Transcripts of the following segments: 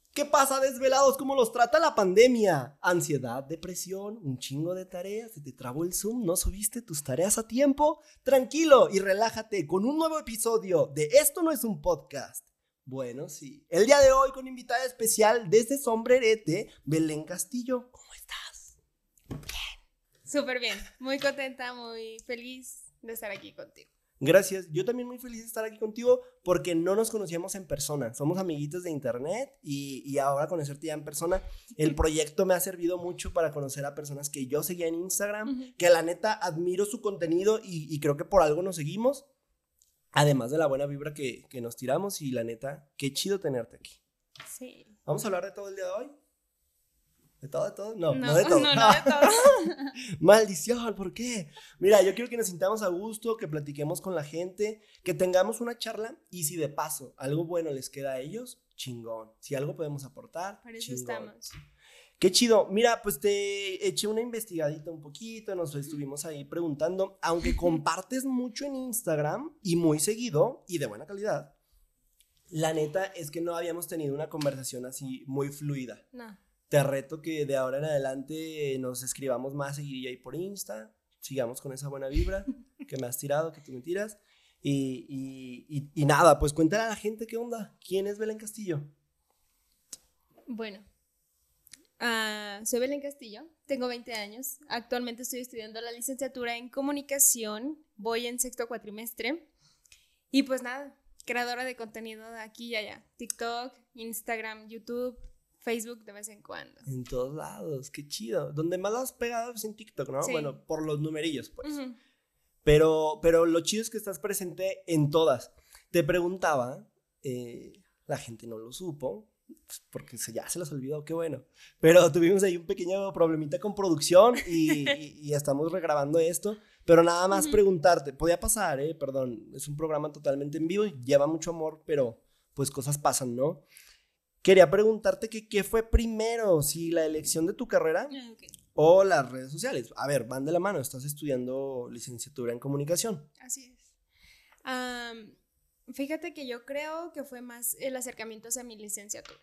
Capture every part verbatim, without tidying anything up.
¿Qué pasa, desvelados? ¿Cómo los trata la pandemia? Ansiedad, depresión, un chingo de tareas, se te trabó el Zoom, no subiste tus tareas a tiempo. Tranquilo y relájate con un nuevo episodio de Esto no es un podcast. Bueno, sí. El día de hoy con invitada especial desde Sombrerete, Belén Castillo. ¿Cómo estás? Bien. Súper bien. Muy contenta, muy feliz de estar aquí contigo. Gracias, yo también muy feliz de estar aquí contigo porque no nos conocíamos en persona, somos amiguitos de internet y, y ahora conocerte ya en persona, el proyecto me ha servido mucho para conocer a personas que yo seguía en Instagram, uh-huh. que la neta admiro su contenido y, y creo que por algo nos seguimos, además de la buena vibra que, que nos tiramos y la neta, qué chido tenerte aquí. Sí. ¿Vamos a hablar de todo el día de hoy? ¿De todo, de todo? No, no, no de todo. No, no de todo. Maldición, ¿por qué? Mira, yo quiero que nos sintamos a gusto, que platiquemos con la gente, que tengamos una charla y si de paso algo bueno les queda a ellos, chingón. Si algo podemos aportar, Para eso chingón. estamos. Qué chido. Mira, pues te eché una investigadita un poquito, nos estuvimos ahí preguntando, aunque compartes mucho en Instagram y muy seguido y de buena calidad, la neta es que no habíamos tenido una conversación así muy fluida. No. Te reto que de ahora en adelante nos escribamos más seguidilla ahí por Insta, sigamos con esa buena vibra que me has tirado, que tú me tiras. Y, y, y, y nada, pues cuéntale a la gente qué onda. ¿Quién es Belén Castillo? Bueno, uh, soy Belén Castillo, tengo veinte años. Actualmente estoy estudiando la licenciatura en comunicación, voy en sexto cuatrimestre. Y pues nada, creadora de contenido de aquí y allá. TikTok, Instagram, YouTube, Facebook de vez en cuando. En todos lados, qué chido. Donde más lo has pegado es en TikTok, ¿no? Sí. Bueno, por los numerillos, pues. Uh-huh. Pero, pero lo chido es que estás presente en todas. Te preguntaba, eh, la gente no lo supo, pues porque se, ya se los olvidó, qué bueno. Pero tuvimos ahí un pequeño problemita con producción y, y, y estamos regrabando esto. Pero nada más uh-huh. preguntarte, podía pasar, eh, perdón, es un programa totalmente en vivo y lleva mucho amor, pero pues cosas pasan, ¿no? Quería preguntarte que qué fue primero, si la elección de tu carrera okay. o las redes sociales. A ver, van de la mano, estás estudiando licenciatura en comunicación. Así es. Um, fíjate que yo creo que fue más el acercamiento hacia mi licenciatura,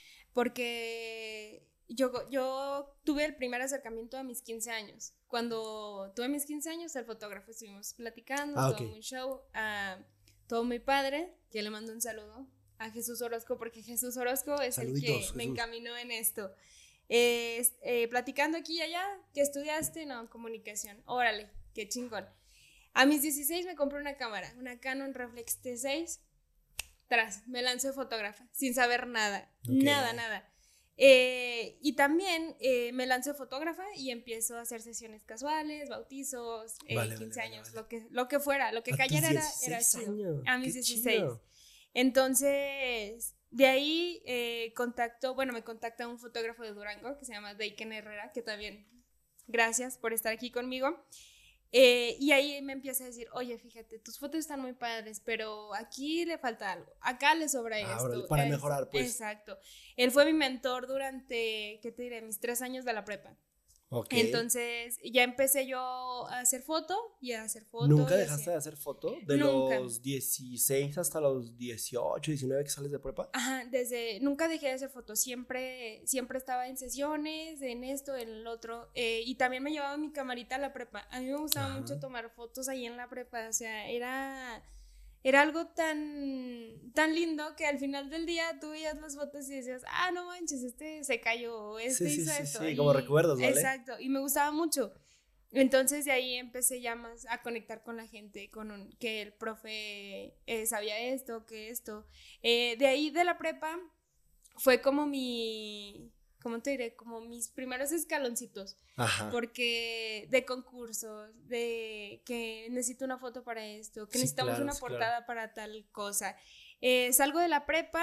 porque yo, yo tuve el primer acercamiento a mis quince años. Cuando tuve mis quince años, el fotógrafo estuvimos platicando, ah, todo okay. un show, uh, todo muy padre, que le mando un saludo a Jesús Orozco, porque Jesús Orozco es Saluditos, el que Jesús. Me encaminó en esto. Eh, eh, platicando aquí y allá, ¿qué estudiaste? No, comunicación. Órale, qué chingón. A mis dieciséis me compré una cámara, una Canon Reflex T seis. Tras, me lancé fotógrafa, sin saber nada, okay. nada, nada. Eh, y también eh, me lancé fotógrafa y empiezo a hacer sesiones casuales, bautizos, eh, vale, quince vale, años, vale. Lo, que, lo que fuera, lo que a cayera era, era chido. Años. A mis qué dieciséis. Chido. Entonces, de ahí eh, contacto, bueno, me contacta un fotógrafo de Durango que se llama Deiken Herrera, que también, gracias por estar aquí conmigo. Eh, y ahí me empieza a decir, oye, fíjate, tus fotos están muy padres, pero aquí le falta algo, acá le sobra ah, esto. Órale, para es, mejorar, pues. Exacto. Él fue mi mentor durante, ¿qué te diré? Mis tres años de la prepa. Okay. Entonces ya empecé yo a hacer foto y a hacer foto. ¿Nunca dejaste hacía... de hacer foto? De nunca. los dieciséis hasta los dieciocho, diecinueve que sales de prepa. Ajá, desde, nunca dejé de hacer fotos, siempre, siempre estaba en sesiones, en esto, en el otro, eh, y también me llevaba mi camarita a la prepa. A mí me gustaba Ajá. mucho tomar fotos ahí en la prepa, o sea, era... Era algo tan, tan lindo que al final del día tú veías las fotos y decías, ah, no manches, este se cayó, este sí, hizo sí, esto. Sí, sí, y, como recuerdos, ¿vale? Exacto, y me gustaba mucho. Entonces de ahí empecé ya más a conectar con la gente, con un, que el profe eh, sabía esto, que esto. Eh, de ahí de la prepa fue como mi... ¿Cómo te diré? Como mis primeros escaloncitos. Ajá. Porque de concursos, de que necesito una foto para esto, que sí, necesitamos claro, una sí, portada claro. para tal cosa. Eh, salgo de la prepa.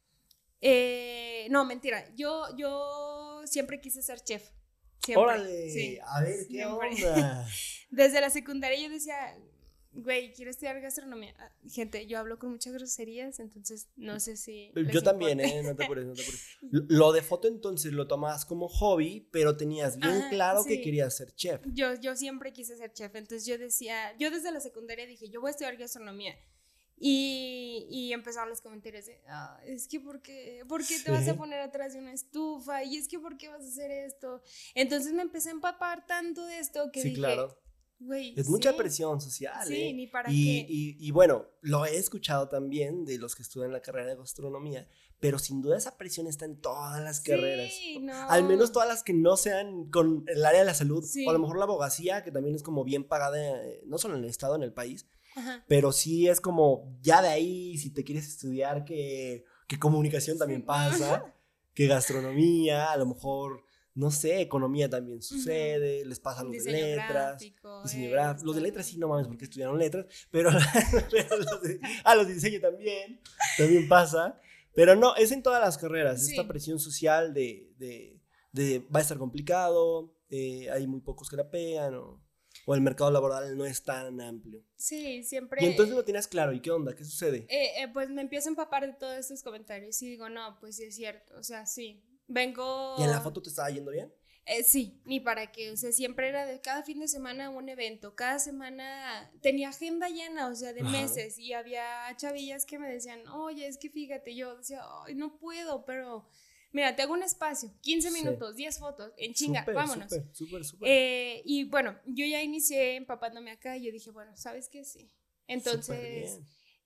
Eh, no, mentira. Yo, yo siempre quise ser chef. Siempre. ¡Órale! Sí, a ver, ¿qué siempre. onda? Desde la secundaria yo decía... Güey, quiero estudiar gastronomía. Gente, yo hablo con muchas groserías, entonces no sé si les Yo también, importe. ¿eh? No te apures, no te apures. Lo de foto entonces lo tomabas como hobby, pero tenías bien Ajá, claro sí. que querías ser chef. Yo, yo siempre quise ser chef, entonces yo decía, yo desde la secundaria dije, yo voy a estudiar gastronomía. Y, y empezaron los comentarios de, ah, es que ¿por qué, ¿por qué te vas a poner atrás de una estufa? Y es que ¿por qué vas a hacer esto? Entonces me empecé a empapar tanto de esto que sí, dije, claro. güey, es sí, mucha presión social, sí, ¿eh? ni para y, qué. Y, y bueno, lo he escuchado también de los que estudian la carrera de gastronomía, pero sin duda esa presión está en todas las sí, carreras. No. Al menos todas las que no sean con el área de la salud, sí. o a lo mejor la abogacía, que también es como bien pagada, eh, no solo en el estado, en el país. Ajá. Pero sí es como, ya de ahí, si te quieres estudiar, que, que comunicación también pasa, que gastronomía, a lo mejor, no sé, economía también sucede, uh-huh. les pasa a los diseño de letras, gráfico, diseño gráfico, los de letras sí, no mames, porque estudiaron letras, pero, pero los de, ah, los de diseño también, también pasa, pero no, es en todas las carreras, sí. esta presión social de, de, de va a estar complicado, eh, hay muy pocos que la pegan, o... o el mercado laboral no es tan amplio. Sí, siempre. Y entonces lo tienes claro, ¿y qué onda? ¿Qué sucede? Eh, eh, pues me empiezo a empapar de todos estos comentarios y digo, no, pues sí es cierto, o sea, sí, vengo... ¿Y en la foto te estaba yendo bien? Eh, sí, ni para qué, o sea, siempre era de cada fin de semana un evento, cada semana tenía agenda llena, o sea, de Ajá. meses, y había chavillas que me decían, oye, es que fíjate, yo decía, ay, no puedo, pero... Mira, te hago un espacio, quince minutos, sí. diez fotos, en chinga, super, vámonos. Súper, súper, súper. Eh, y bueno, yo ya inicié empapándome acá y yo dije, bueno, ¿sabes qué? Sí. Entonces,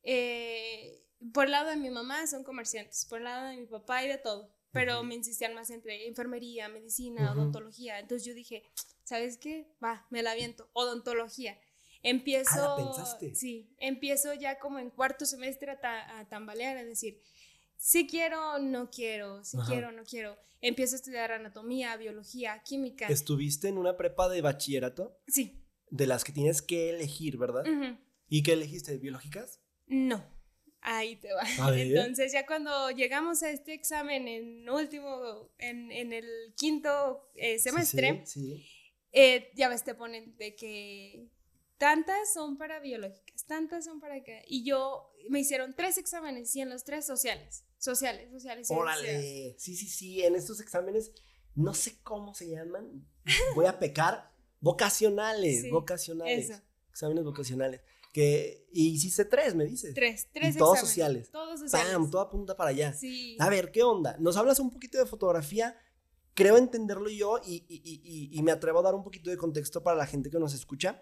eh, por el lado de mi mamá son comerciantes, por el lado de mi papá y de todo, pero uh-huh. me insistían más entre enfermería, medicina, uh-huh. odontología. Entonces yo dije, ¿sabes qué? Va, me la aviento, odontología. Empiezo, ¿Ah, la pensaste? Sí, empiezo ya como en cuarto semestre a, ta- a tambalear, es decir, si quiero, no quiero, si Ajá. quiero, no quiero. Empiezo a estudiar anatomía, biología, química. ¿Estuviste en una prepa de bachillerato? Sí. De las que tienes que elegir, ¿verdad? Uh-huh. ¿Y qué elegiste? ¿Biológicas? No, ahí te va. A ver. Entonces ya cuando llegamos a este examen en último, en, en el quinto eh, semestre, sí, sí, sí. Eh, ya ves, te ponen de que tantas son para biológicas, tantas son para qué. Y yo, me hicieron tres exámenes y en los tres sociales. Sociales, sociales. Órale, sí, sí, sí, en estos exámenes, no sé cómo se llaman, voy a pecar, vocacionales, sí, vocacionales, eso. Exámenes vocacionales, que, y hiciste tres, me dices. Tres, tres y todos exámenes. Sociales. Todos sociales. Pam, toda punta para allá. Sí. A ver, ¿qué onda? Nos hablas un poquito de fotografía, creo entenderlo yo y, y, y, y me atrevo a dar un poquito de contexto para la gente que nos escucha,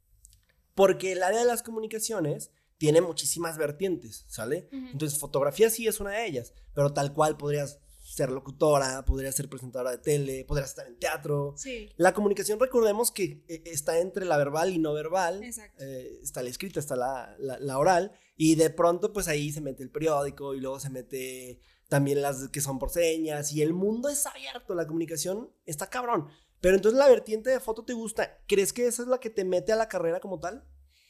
porque el área de las comunicaciones tiene muchísimas vertientes, ¿sale? Uh-huh. Entonces, fotografía sí es una de ellas, pero tal cual podrías ser locutora, podrías ser presentadora de tele, podrías estar en teatro. Sí. La comunicación, recordemos que eh, está entre la verbal y no verbal. Exacto. Eh, está la escrita, está la, la, la oral, y de pronto, pues ahí se mete el periódico, y luego se mete también las que son por señas, y el mundo es abierto, la comunicación está cabrón. Pero entonces, ¿la vertiente de foto te gusta? ¿Crees que esa es la que te mete a la carrera como tal?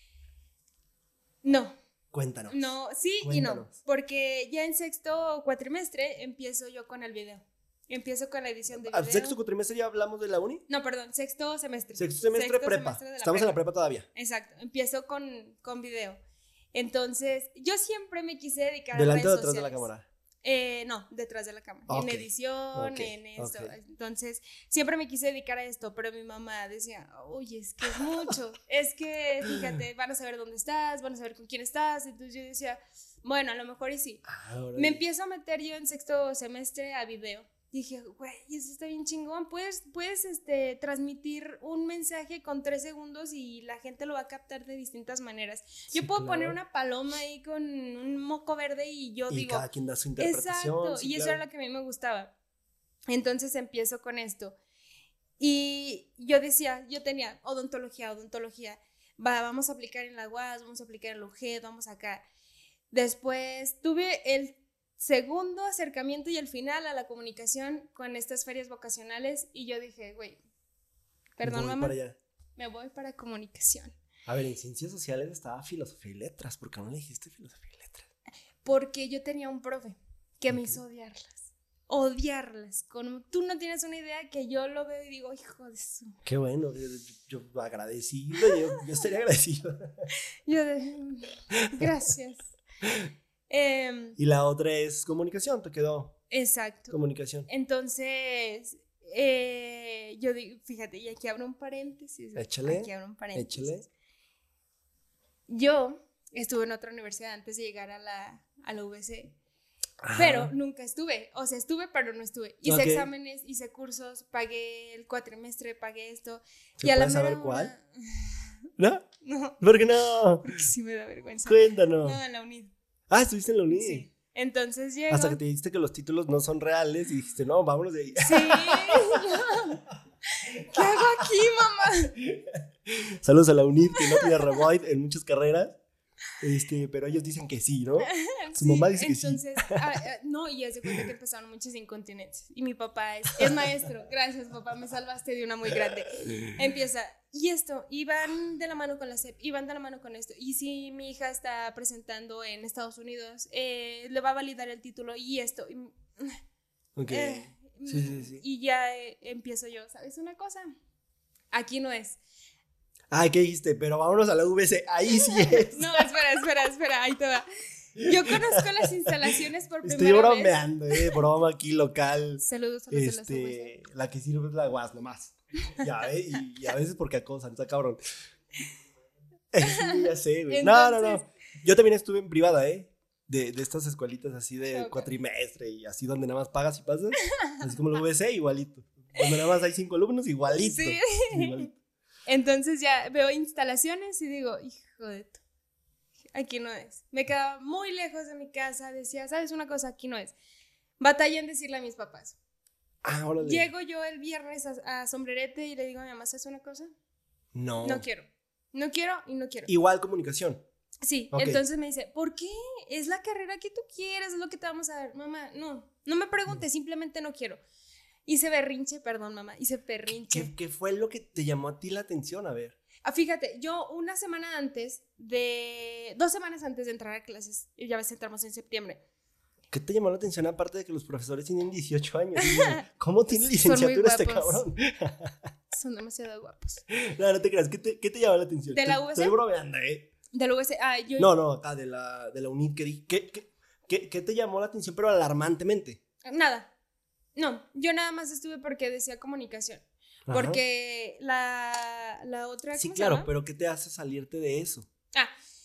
No. Cuéntanos. No, sí Cuéntanos. Y no, porque ya en sexto cuatrimestre empiezo yo con el video. Empiezo con la edición de video. ¿A sexto cuatrimestre ya hablamos de la uni? No, perdón, sexto semestre. Sexto semestre sexto prepa. Semestre Estamos prepa. En la prepa todavía. Exacto, empiezo con, con video. Entonces, yo siempre me quise dedicar ¿Delante a o redes detrás sociales. de la cámara? Eh, no, detrás de la cámara, okay. En edición, okay. En esto. Okay. Entonces, siempre me quise dedicar a esto, pero mi mamá decía, oye, es que es mucho, es que, fíjate, van a saber dónde estás, van a saber con quién estás. Entonces yo decía, bueno, a lo mejor y sí. Ah, me empiezo a meter yo en sexto semestre a video. Dije, güey, eso está bien chingón, puedes, puedes este, transmitir un mensaje con tres segundos y la gente lo va a captar de distintas maneras. Sí, yo puedo claro. poner una paloma ahí con un moco verde y yo y digo... Y cada quien da su interpretación. Exacto, sí, y claro. eso era lo que a mí me gustaba. Entonces empiezo con esto. Y yo decía, yo tenía odontología, odontología, va, vamos a aplicar en la U A S, vamos a aplicar en la U G E D, vamos acá. Después tuve el segundo acercamiento y el final a la comunicación con estas ferias vocacionales y yo dije, güey, perdón, voy mamá, para allá. Me voy para comunicación. A ver, en ciencias sociales estaba filosofía y letras, ¿por qué no le dijiste filosofía y letras? Porque yo tenía un profe que okay. me hizo odiarlas, odiarlas, con, tú no tienes una idea que yo lo veo y digo, hijo de su... Qué bueno, yo, yo agradecido, yo, yo estaría agradecido. Yo de, gracias. Eh, y la otra es comunicación, te quedó. Exacto. Comunicación. Entonces, eh, yo digo, fíjate, y aquí abro un paréntesis. Échale. Aquí abro un paréntesis. Échale. Yo estuve en otra universidad antes de llegar a la, a la U B C. Ajá. Pero nunca estuve, o sea, estuve, pero no estuve. Hice okay. exámenes, hice cursos, pagué el cuatrimestre, pagué esto. ¿Se y a puede la saber mera cuál? ¿No? No. ¿Por qué no? Porque sí me da vergüenza. Cuéntanos. No, en la UNID. Ah, estuviste en la UNID. Sí. Entonces llego. Hasta que te dijiste que los títulos no son reales y dijiste, no, vámonos de ahí. Sí. ¿Qué hago aquí, mamá? Saludos a la UNID, que no tiene revoid en muchas carreras. Este, pero ellos dicen que sí, ¿no? Su sí, mamá dice que entonces, sí. Ah, ah, no, y hace cuenta que empezaron muchas incontinencias. Y mi papá es, es maestro. Gracias, papá, me salvaste de una muy grande. Empieza, y esto, y van de la mano con la S E P, y van de la mano con esto. Y si mi hija está presentando en Estados Unidos, eh, le va a validar el título y esto. Y, ok. Eh, sí, sí, sí. Y ya eh, empiezo yo, ¿sabes una cosa? Aquí no es. Ay, ¿qué dijiste? Pero vámonos a la U B C, ahí sí es. No, espera, espera, espera, ahí te va. Yo conozco las instalaciones por primera Estoy vez. Estoy bromeando, eh, broma aquí local. Saludos a los este, de la U B C. La que sirve es la guas, nomás. Ya, eh, y, y a veces porque acosan, está cabrón. Sí, ya sé, güey. Entonces, no, no, no. Yo también estuve en privada, eh. De, de estas escuelitas así de okay. cuatrimestre y así donde nada más pagas y pasas. Así como la U B C, igualito. Donde nada más hay cinco alumnos, igualito. Sí. Igualito. Entonces ya veo instalaciones y digo, hijo de tu, aquí no es. Me quedaba muy lejos de mi casa, decía, ¿sabes una cosa? Aquí no es. Batallé en decirle a mis papás. Ah, órale. Llego yo el viernes a, a Sombrerete y le digo a mi mamá, ¿sabes una cosa? No. No quiero. No quiero y no quiero. Igual comunicación. Sí, okay. Entonces me dice, ¿por qué? Es la carrera que tú quieres, es lo que te vamos a dar. Mamá, no, no me preguntes, no. Simplemente no quiero. Hice berrinche, perdón, mamá, hice berrinche. ¿Qué, ¿Qué fue lo que te llamó a ti la atención? A ver. Ah, fíjate, yo una semana antes de, dos semanas antes de entrar a clases, ya ves, entramos en septiembre. ¿Qué te llamó la atención aparte de que los profesores tienen dieciocho años? ¿Cómo tiene licenciatura este cabrón? Son demasiado guapos. No, no te creas, ¿qué te, qué te llamó la atención? ¿De la U B C? Estoy bromeando, ¿eh? De la U B C, ah, yo... No, no, acá de la, de la UNID, ¿qué, qué, qué, qué, ¿qué te llamó la atención, pero alarmantemente? Nada. No, yo nada más estuve porque decía comunicación. Ajá. Porque la, la otra... Sí, claro, pero ¿qué te hace salirte de eso? Ah,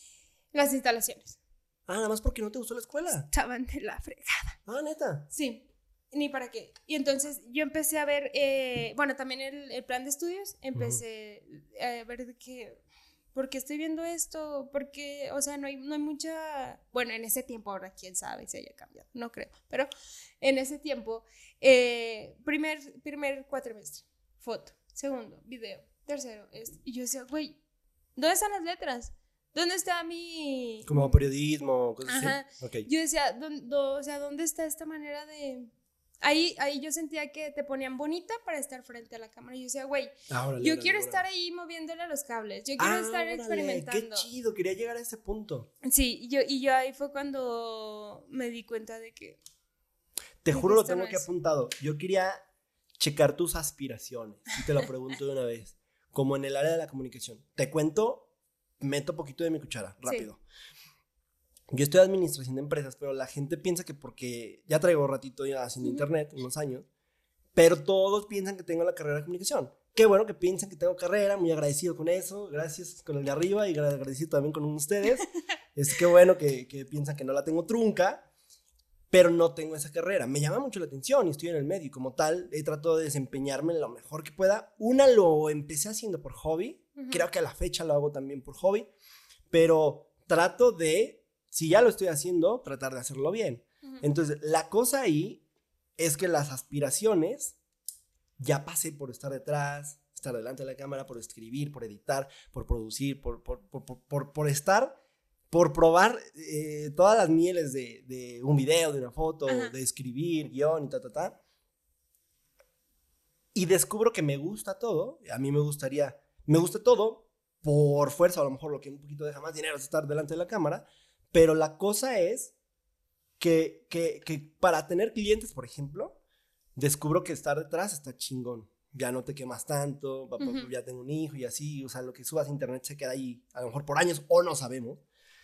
las instalaciones. Ah, nada más porque no te gustó la escuela. Estaban de la fregada. Ah, ¿neta? Sí, ni para qué. Y entonces yo empecé a ver, eh, bueno, también el, el plan de estudios, empecé uh-huh. a ver de qué... ¿Por qué estoy viendo esto? Porque, o sea, no hay, no hay mucha... Bueno, en ese tiempo, ahora quién sabe si haya cambiado, no creo. Pero en ese tiempo, eh, primer, primer cuatrimestre, foto. Segundo, video. Tercero, esto. Y yo decía, güey, ¿dónde están las letras? ¿Dónde está mi...? Como periodismo, cosas Ajá. así. Okay. Yo decía, ¿dónde, o sea, ¿dónde está esta manera de...? Ahí, ahí yo sentía que te ponían bonita para estar frente a la cámara. Y yo decía, güey, ah, yo órale, quiero órale. estar ahí moviéndole a los cables. Yo quiero ah, estar órale, experimentando. Qué chido, quería llegar a ese punto. Sí, y yo, y yo ahí fue cuando me di cuenta de que... Te de juro, lo tengo aquí apuntado. Yo quería checar tus aspiraciones. Y te lo pregunto de una vez. Como en el área de la comunicación. Te cuento, meto poquito de mi cuchara, rápido. Sí. Yo estoy en administración de empresas, pero la gente piensa que porque ya traigo ratito ya haciendo uh-huh. internet, unos años, pero todos piensan que tengo la carrera de comunicación. Qué bueno que piensan que tengo carrera, muy agradecido con eso, gracias con el de arriba y agradecido también con ustedes. Es que bueno que, que piensan que no la tengo trunca, pero no tengo esa carrera. Me llama mucho la atención y estoy en el medio y como tal he tratado de desempeñarme lo mejor que pueda. Una lo empecé haciendo por hobby, uh-huh. creo que a la fecha lo hago también por hobby, pero trato de... Si ya lo estoy haciendo, tratar de hacerlo bien. Uh-huh. Entonces, la cosa ahí es que las aspiraciones, ya pasé por estar detrás, estar delante de la cámara, por escribir, por editar, por producir, por, por, por, por, por, por estar, por probar eh, todas las mieles de, de un video, de una foto, uh-huh. de escribir, guión y ta, ta, ta. Y descubro que me gusta todo. A mí me gustaría, me gusta todo por fuerza, a lo mejor lo que un poquito deja más dinero es estar delante de la cámara. Pero la cosa es que, que, que para tener clientes, por ejemplo, descubro que estar detrás está chingón. Ya no te quemas tanto, papá, uh-huh. ya tengo un hijo y así, o sea, lo que subas a internet se queda ahí, a lo mejor por años o no sabemos.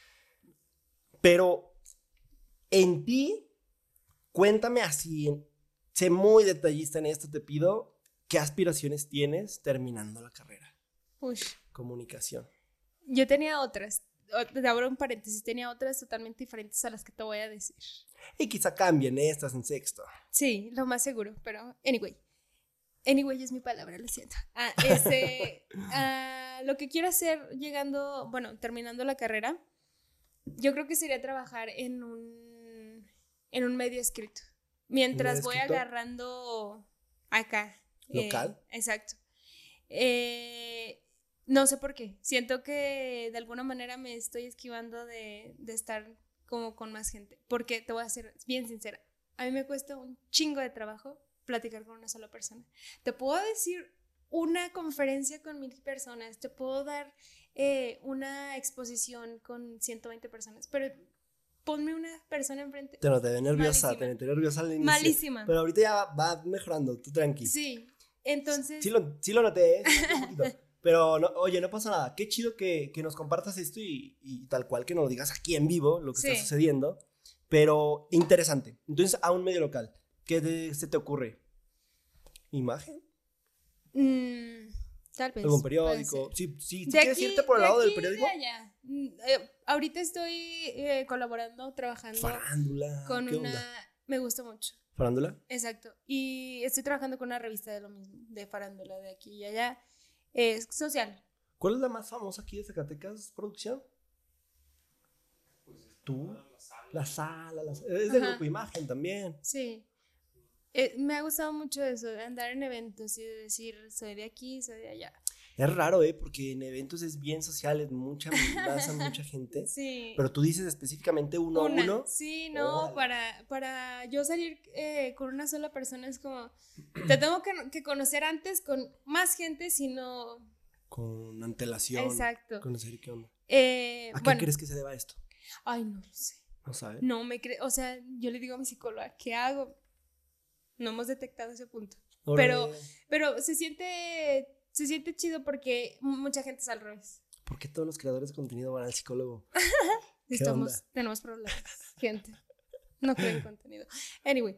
Pero en ti, cuéntame así, sé muy detallista en esto, te pido, ¿qué aspiraciones tienes terminando la carrera? Uy. Comunicación. Yo tenía otras. te abro un paréntesis, tenía otras totalmente diferentes a las que te voy a decir. Y quizá cambien estas en sexto. Sí, lo más seguro, pero anyway. Anyway es mi palabra, lo siento. Ah, ese, ah, lo que quiero hacer llegando, bueno, terminando la carrera, yo creo que sería trabajar en un, en un medio escrito. Mientras voy agarrando acá. ¿Local? Eh, exacto. Eh, no sé por qué. Siento que de alguna manera me estoy esquivando de, de estar como con más gente. Porque te voy a ser bien sincera. A mí me cuesta un chingo de trabajo platicar con una sola persona. Te puedo decir una conferencia con mil personas. Te puedo dar eh, una exposición con ciento veinte personas. Pero ponme una persona enfrente. Te no te ve nerviosa, Malísima. te ve nerviosa al inicio. Malísima. Pero ahorita ya va, va mejorando, tú tranqui. Sí, entonces... Sí lo, sí lo noté, ¿eh? Sí, un poquito. Pero, no, oye, no pasa nada. Qué chido que, que nos compartas esto y, y tal cual que nos lo digas aquí en vivo, lo que sí. está sucediendo. Pero interesante. Entonces, a un medio local, ¿qué te, se te ocurre? ¿Imagen? Mm, tal vez. ¿Algún periódico? Sí, sí. ¿Sí quieres irte por el lado del periódico? De allá. Eh, ahorita estoy eh, colaborando, trabajando. Farándula. Con ¿Qué una. Onda? Me gusta mucho. ¿Farándula? Exacto. Y estoy trabajando con una revista de lo mismo, de farándula de aquí y allá. Es social. ¿Cuál es la más famosa aquí de Zacatecas, producción? ¿Tú? La sala. La sala. Es del grupo Imagen también. Sí. Eh, me ha gustado mucho eso, de andar en eventos y de decir, soy de aquí, soy de allá. Es raro, ¿eh? Porque en eventos es bien social, es mucha lanzan mucha gente. Sí. Pero tú dices específicamente uno una. a uno. Sí, no, oh. para, para yo salir eh, con una sola persona es como, te tengo que, que conocer antes con más gente, sino... Con antelación. Exacto. Conocer qué onda. Eh, ¿A qué bueno. crees que se deba esto? Ay, no lo sé. ¿No sabes? No me creo, o sea, yo le digo a mi psicóloga, ¿qué hago? No hemos detectado ese punto. Olé. Pero, pero se siente, se siente chido porque mucha gente es al revés. ¿Por qué todos los creadores de contenido van al psicólogo? Estamos, tenemos problemas, gente. No creen contenido. Anyway,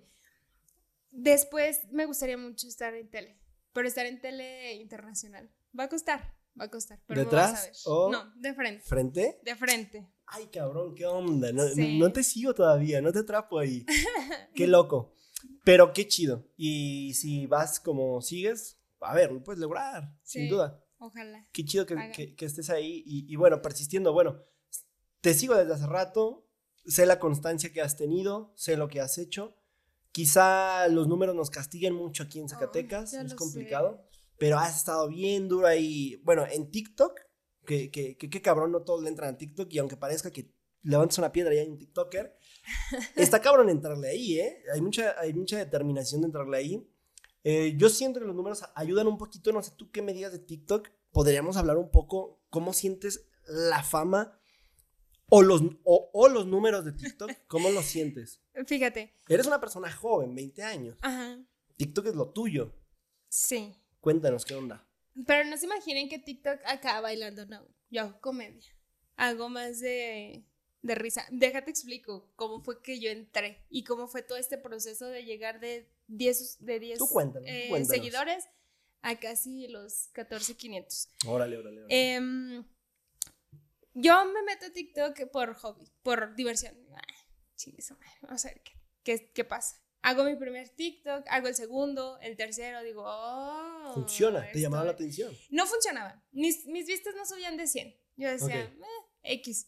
después me gustaría mucho estar en tele, pero estar en tele internacional. Va a costar, va a costar. Pero ¿detrás? Me vas a ver. ¿O no, de frente. ¿Frente? De frente. Ay, cabrón, ¿qué onda? No, sí. no, no te sigo todavía, no te atrapo ahí. Qué loco. Pero qué chido. Y si vas como sigues, a ver, lo puedes lograr, sí, sin duda. Ojalá. Qué chido que, que, que estés ahí y, y bueno, persistiendo. Bueno, te sigo desde hace rato, sé la constancia que has tenido, sé lo que has hecho. Quizá los números nos castiguen mucho aquí en Zacatecas, oh, es complicado, sé. Pero has estado bien duro ahí. Bueno, en TikTok, que, que, que, que cabrón, no todos le entran a TikTok y aunque parezca que levantas una piedra y hay un TikToker, está cabrón entrarle ahí, ¿eh? Hay mucha, hay mucha determinación de entrarle ahí. Eh, yo siento que los números ayudan un poquito, no sé tú qué me digas de TikTok, podríamos hablar un poco cómo sientes la fama o los, o, o los números de TikTok, ¿cómo los sientes? Fíjate. Eres una persona joven, veinte años. Ajá. TikTok es lo tuyo. Sí. Cuéntanos, ¿qué onda? Pero no se imaginen que TikTok acá bailando, no. Yo hago comedia. Hago más de... de risa. Déjate explico cómo fue que yo entré y cómo fue todo este proceso de llegar de diez, de diez tú cuéntanos, eh, tú cuéntanos. seguidores a casi los catorce quinientos. Órale, órale, órale. Eh, yo me meto a TikTok por hobby, por diversión. Ay, chingues, vamos a ver qué, qué, qué pasa. Hago mi primer TikTok, hago el segundo, el tercero, digo, oh. Funciona, ¿te llamaba la atención? No funcionaba. Mis, mis vistas no subían de cien. Yo decía, okay. eh, X.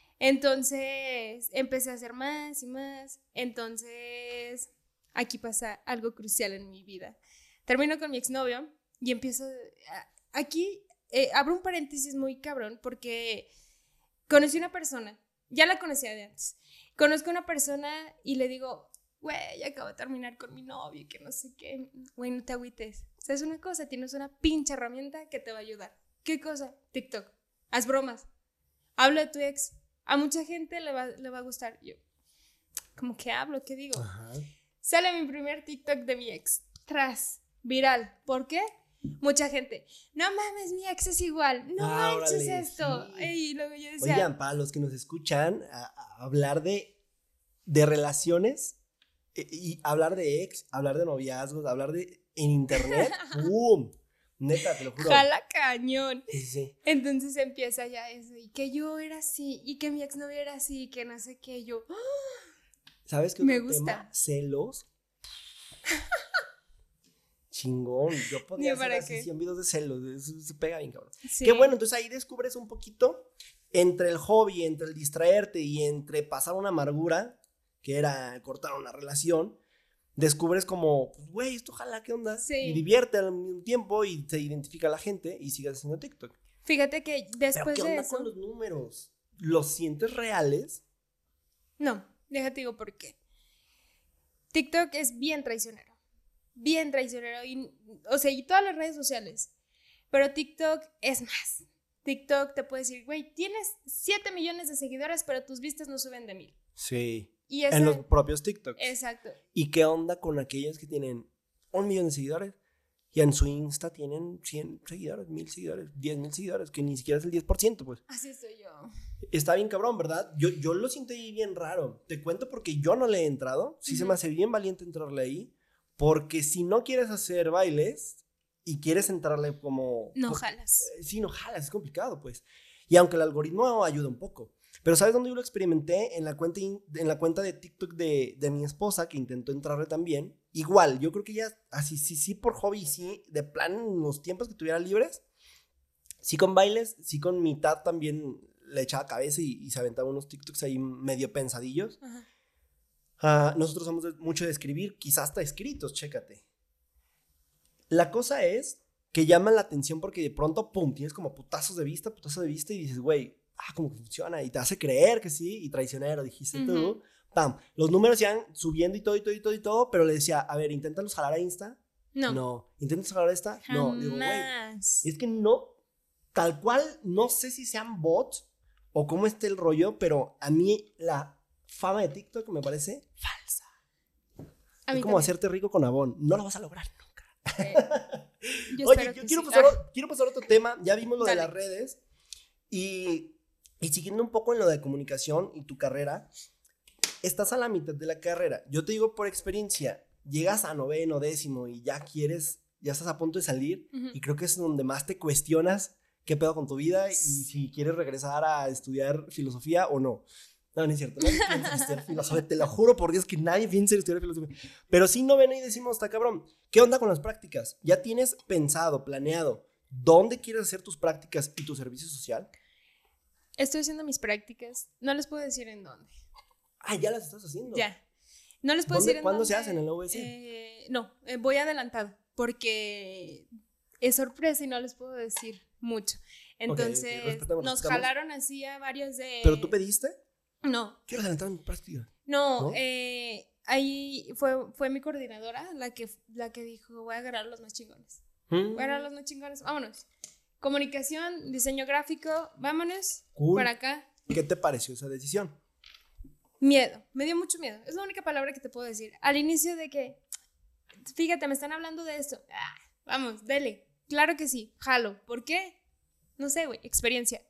Entonces empecé a hacer más y más. Entonces aquí pasa algo crucial en mi vida. Termino con mi exnovio y empiezo a, aquí eh, abro un paréntesis muy cabrón porque conocí una persona, ya la conocía de antes. Conozco a una persona y le digo, güey, acabo de terminar con mi novio y que no sé qué. Güey, no te agüites. ¿Sabes una cosa? Tienes una pinche herramienta que te va a ayudar. ¿Qué cosa? TikTok. Haz bromas. Habla de tu ex. A mucha gente le va, le va a gustar. Yo, ¿cómo que hablo? ¿Qué digo? Ajá. Sale mi primer TikTok de mi ex. Tras. Viral. ¿Por qué? Mucha gente. No mames, mi ex es igual. No ah, manches órale, esto. Sí. Y luego yo decía. Oigan, para los que nos escuchan, a, a hablar de, de relaciones y, y hablar de ex, hablar de noviazgos, hablar de en internet. ¡Boom! Neta, te lo juro. Jala cañón. Sí, sí. Entonces empieza ya eso, y que yo era así, y que mi exnovio era así, y que no sé qué, yo... ¿Sabes qué? Me otro gusta. Tema? Celos. Chingón. Yo podría hacer así cien videos de celos. Eso se pega bien, cabrón. Sí. Qué bueno, entonces ahí descubres un poquito entre el hobby, entre el distraerte y entre pasar una amargura, que era cortar una relación. Descubres como, pues, güey, esto ojalá, ¿qué onda? Sí. Y divierte al mismo tiempo y se identifica a la gente y sigues haciendo TikTok. Fíjate que después ¿Pero qué onda de eso... con los números? ¿Los sientes reales? No, déjate digo por qué. TikTok es bien traicionero. Bien traicionero. Y, o sea, y todas las redes sociales. Pero TikTok es más. TikTok te puede decir, güey, tienes siete millones de seguidores, pero tus vistas no suben de mil. Sí. Y esa, en los propios TikToks. Exacto. ¿Y qué onda con aquellos que tienen un millón de seguidores y en su Insta tienen cien seguidores, mil seguidores, diez mil seguidores, que ni siquiera es el diez por ciento, pues? Así estoy yo. Está bien cabrón, ¿verdad? Yo, yo lo siento ahí bien raro. Te cuento porque yo no le he entrado. Sí, uh-huh. Se me hace bien valiente entrarle ahí. Porque si no quieres hacer bailes y quieres entrarle como... No pues, jalas. Eh, sí, no jalas, es complicado, pues. Y aunque el algoritmo ayuda un poco. Pero ¿sabes dónde yo lo experimenté? En la cuenta, in, en la cuenta de TikTok de, de mi esposa, que intentó entrarle también. Igual, yo creo que ella, así, sí, sí, por hobby, sí, de plan, en los tiempos que tuviera libres, sí con bailes, sí con mitad también le echaba cabeza y, y se aventaba unos TikToks ahí medio pensadillos. Uh-huh. Uh, nosotros somos de, mucho de escribir, quizás hasta escritos, chécate. La cosa es que llaman la atención porque de pronto, pum, tienes como putazos de vista, putazos de vista y dices, güey, ah, como que funciona, y te hace creer que sí, y traicionero, dijiste uh-huh. tú, pam, los números ya van subiendo y todo, y todo, y todo, y todo, pero le decía, a ver, inténtalos jalar a Insta, no, no, inténtalos jalar a esta, jamás. No, digo, güey, es que no, tal cual, no sé si sean bots, o cómo esté el rollo, pero a mí la fama de TikTok me parece falsa, a es como también. Hacerte rico con Avon, no lo vas a lograr nunca. Eh, yo Oye, yo quiero, sí. pasar, ah. quiero pasar a otro tema, ya vimos lo Dale. de las redes, y... Y siguiendo un poco en lo de comunicación y tu carrera, estás a la mitad de la carrera. Yo te digo por experiencia, llegas a noveno, décimo y ya quieres, ya estás a punto de salir uh-huh. y creo que es donde más te cuestionas qué pedo con tu vida y si quieres regresar a estudiar filosofía o no. No, no es cierto, nadie piensa en estudiar filosofía, te lo juro por Dios que nadie piensa en estudiar filosofía. Pero sí noveno y décimo está cabrón. ¿Qué onda con las prácticas? ¿Ya tienes pensado, planeado, dónde quieres hacer tus prácticas y tu servicio social? Estoy haciendo mis prácticas. No les puedo decir en dónde. Ah, ¿ya las estás haciendo? Ya. No les puedo decir en ¿Cuándo dónde. ¿Cuándo se hacen en la U B C? Eh, no, eh, voy adelantado porque es sorpresa y no les puedo decir mucho. Entonces, okay, okay. Respetamos, nos respetamos. Jalaron así a varios de... ¿Pero tú pediste? No. Quiero adelantar mi práctica. No, ¿No? Eh, ahí fue, fue mi coordinadora la que, la que dijo, voy a agarrar los más chingones. ¿Mm? Voy a agarrar los más chingones. Vámonos. Comunicación, diseño gráfico, vámonos cool. Para acá. ¿Qué te pareció esa decisión? Miedo, me dio mucho miedo. Es la única palabra que te puedo decir. Al inicio de que, fíjate, me están hablando de esto. Ah, vamos, dele. Claro que sí, jalo. ¿Por qué? No sé, güey, experiencia.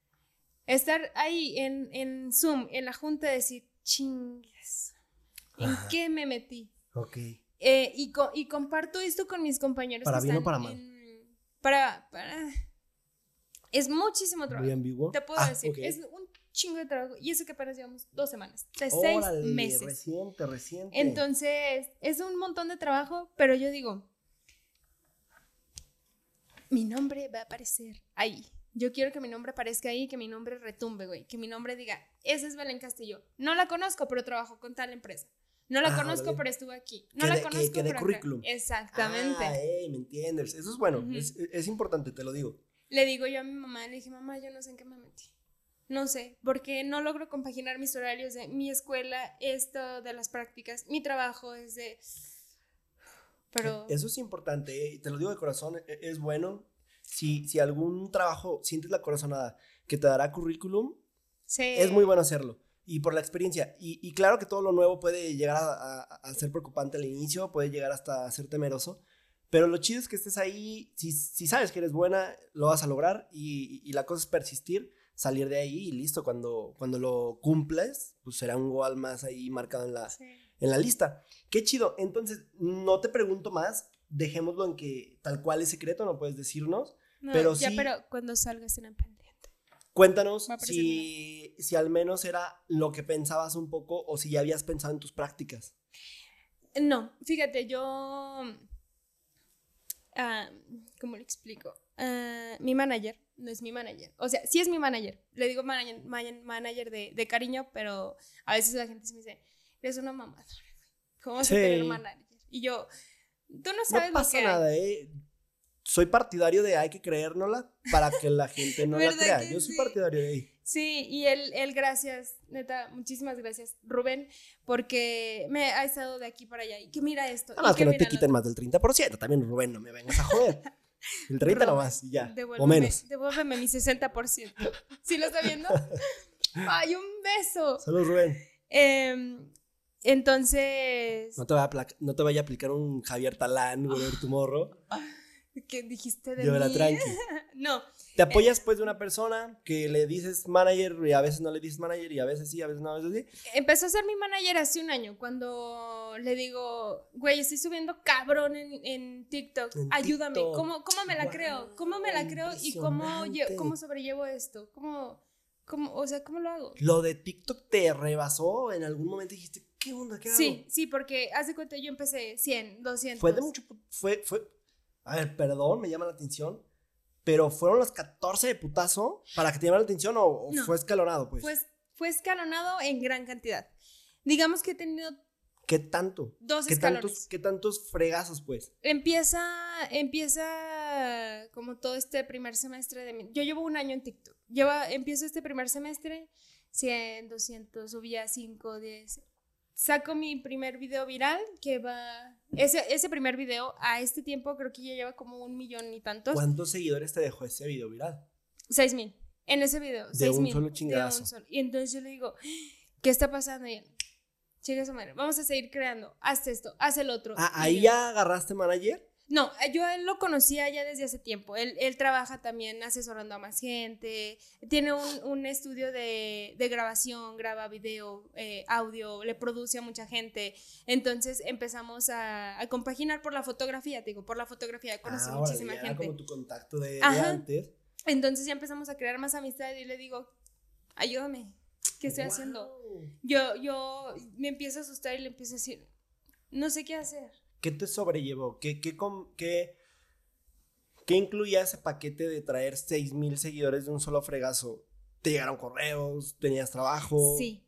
Estar ahí en, en Zoom, en la junta, decir, chingues, ¿en ah, qué me metí? Ok. Eh, y, co- y comparto esto con mis compañeros. ¿Para que bien están o para mal? En, Para, para, es muchísimo trabajo. ¿Muy ambiguo? Te puedo ah, decir, okay. es un chingo de trabajo. Y eso que apenas llevamos dos semanas, de Órale, seis meses. Reciente, reciente. Entonces, es un montón de trabajo, pero yo digo, mi nombre va a aparecer ahí. Yo quiero que mi nombre aparezca ahí, que mi nombre retumbe, güey. Que mi nombre diga, esa es Belén Castillo. No la conozco, pero trabajo con tal empresa. No la ah, conozco, vale. Pero estuve aquí. No que la de, conozco, que, que de pero currículum. Acá. Exactamente. Ah, ey, ¿me entiendes? Eso es bueno, uh-huh. es, es importante, te lo digo. Le digo yo a mi mamá, le dije, mamá, yo no sé en qué me metí. No sé, porque no logro compaginar mis horarios de mi escuela, esto de las prácticas, mi trabajo es de... Pero... Eso es importante, eh, te lo digo de corazón, es bueno. Si, si algún trabajo sientes la corazonada que te dará currículum, sí. Es muy bueno hacerlo. Y por la experiencia, y, y claro que todo lo nuevo puede llegar a, a, a ser preocupante al inicio, puede llegar hasta a ser temeroso, pero lo chido es que estés ahí, si, si sabes que eres buena, lo vas a lograr, y, y la cosa es persistir, salir de ahí y listo, cuando, cuando lo cumples, pues será un gol más ahí marcado en la, sí. en la lista. Qué chido. Entonces, no te pregunto más, dejémoslo en que tal cual es secreto, no puedes decirnos. No, pero ya, sí, pero cuando salgas en pendiente. Cuéntanos si, si al menos era lo que pensabas un poco o si ya habías pensado en tus prácticas. No, fíjate, yo... Uh, ¿Cómo le explico? Uh, mi manager, no es mi manager. O sea, sí es mi manager. Le digo manager, manager de, de cariño, pero a veces la gente se me dice, eres una mamadora. ¿Cómo vas sí. a tener manager? Y yo, tú no sabes no pasa lo que nada, hay. ¿eh? Soy partidario de hay que creérnosla para que la gente no la crea. Yo soy sí? partidario de ahí. Sí, y él, él, gracias, neta, muchísimas gracias, Rubén, porque me ha estado de aquí para allá. Y que mira esto. Nada más que, que no mira te quiten más del treinta por ciento. También, Rubén, no me vengas a joder. El treinta Rubén, nomás y ya. Devuélveme, o menos. Devuélveme mi sesenta por ciento. ¿Sí lo está viendo? ¡Ay, un beso! Saludos, Rubén. Eh, entonces. No te, vaya a no te vaya a aplicar un Javier Talán, güey, tu morro. ¿Qué dijiste de Llévala mí? tranqui. No. Te apoyas pues de una persona que le dices manager y a veces no le dices manager y a veces sí, a veces no, a veces sí. Empezó a ser mi manager hace un año cuando le digo, güey, estoy subiendo cabrón en, en TikTok, en ayúdame, TikTok. ¿Cómo, ¿cómo me la wow, creo? ¿Cómo me la creo y cómo, cómo sobrellevo esto? ¿Cómo, cómo, o sea, cómo lo hago? Lo de TikTok te rebasó, en algún momento dijiste, ¿qué onda? ¿Qué sí, hago? Sí, porque haz de cuenta, yo empecé cien, doscientos. Fue de mucho, fue, fue, a ver, perdón, me llama la atención. Pero ¿fueron los catorce de putazo para que te llamara la atención o, o no, fue escalonado, pues? pues? Fue escalonado en gran cantidad. Digamos que he tenido... ¿Qué tanto? Dos ¿Qué escalones. Tantos, ¿Qué tantos fregazos, pues? Empieza, empieza como todo este primer semestre de mi... Yo llevo un año en TikTok. Lleva, empiezo este primer semestre, cien, doscientos, subía cinco, diez... Saco mi primer video viral que va... Ese, ese primer video a este tiempo creo que ya lleva como un millón y tantos. ¿Cuántos seguidores te dejó ese video viral? Seis mil. En ese video. De seis un mil, solo chingazo. De un solo. Y entonces yo le digo, ¿qué está pasando? Y él, chica su madre, vamos a seguir creando. Haz esto, haz el otro. Ah, ¿ahí yo, ya agarraste manager? No, yo a él lo conocía ya desde hace tiempo. Él, él trabaja también asesorando a más gente. Tiene un, un estudio de, de grabación, graba video, eh, audio, le produce a mucha gente. Entonces empezamos a, a compaginar por la fotografía, te digo, por la fotografía. Conocí ah, muchísima ya gente. Era como tu contacto de, de antes. Entonces ya empezamos a crear más amistad y le digo, ayúdame, ¿qué estoy wow. haciendo? Yo, yo me empiezo a asustar y le empiezo a decir, no sé qué hacer. ¿Qué te sobrellevó? ¿Qué, qué, qué, qué incluía ese paquete de traer seis mil seguidores de un solo fregazo? ¿Te llegaron correos? ¿Tenías trabajo? Sí.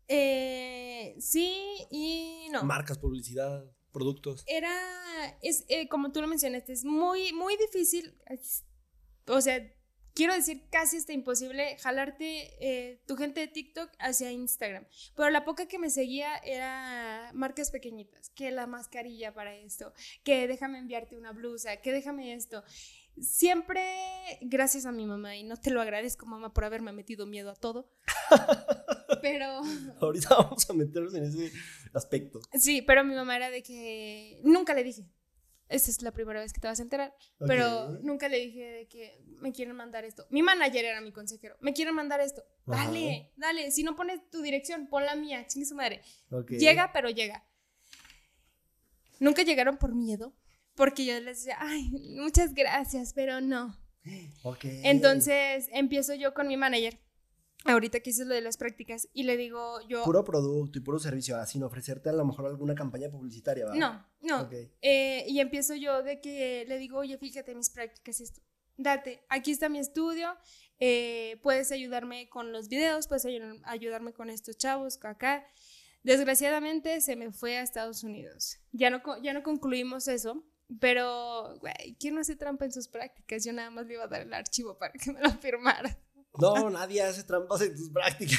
Eh, sí y no. ¿Marcas, publicidad, productos? Era, es, eh, como tú lo mencionaste, es muy, muy difícil. O sea, quiero decir, casi está imposible jalarte eh, tu gente de TikTok hacia Instagram. Pero la poca que me seguía era marcas pequeñitas, que la mascarilla para esto, que déjame enviarte una blusa, que déjame esto. Siempre gracias a mi mamá, y no te lo agradezco, mamá, por haberme metido miedo a todo. Pero... Ahorita vamos a meternos en ese aspecto. Sí, pero mi mamá era de que nunca le dije. Esta es la primera vez que te vas a enterar. Okay. Pero nunca le dije de que me quieren mandar esto. Mi manager era mi consejero. Me quieren mandar esto. Ajá. Dale, dale. Si no pones tu dirección, pon la mía. Chingue su madre. Okay. Llega, pero llega. Nunca llegaron por miedo. Porque yo les decía, ay, muchas gracias, pero no. Okay. Entonces empiezo yo con mi manager. Ahorita que hice lo de las prácticas y le digo yo... Puro producto y puro servicio, sin ofrecerte a lo mejor alguna campaña publicitaria, ¿verdad? No, no. Okay. Eh, y empiezo yo de que le digo, oye, fíjate mis prácticas, esto. Date, aquí está mi estudio, eh, puedes ayudarme con los videos, puedes ayud- ayudarme con estos chavos, acá. Desgraciadamente se me fue a Estados Unidos. Ya no, ya no concluimos eso, pero, güey, ¿quién no hace trampa en sus prácticas? Yo nada más le iba a dar el archivo para que me lo firmara. No, nadie hace trampas en tus prácticas.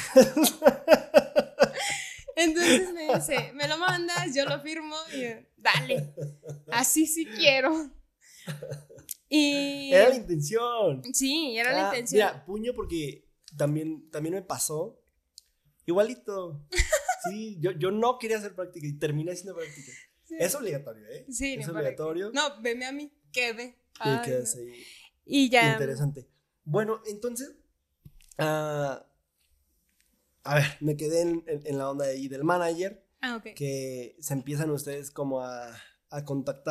Entonces me dice, me lo mandas, yo lo firmo y dale, así sí quiero. Y... Era la intención. Sí, era ah, la intención. Mira, puño porque también, también me pasó igualito. Sí, yo, yo no quería hacer práctica y terminé haciendo práctica. Sí. Es obligatorio, ¿eh? Sí, es obligatorio. Que... No, venme a mí, quede. Y quedas no. ahí. Y ya. Interesante. Bueno, entonces... Uh, a ver, me quedé en, en, en la onda ahí del manager. Ah, ok. Que se empiezan ustedes como a, a contactar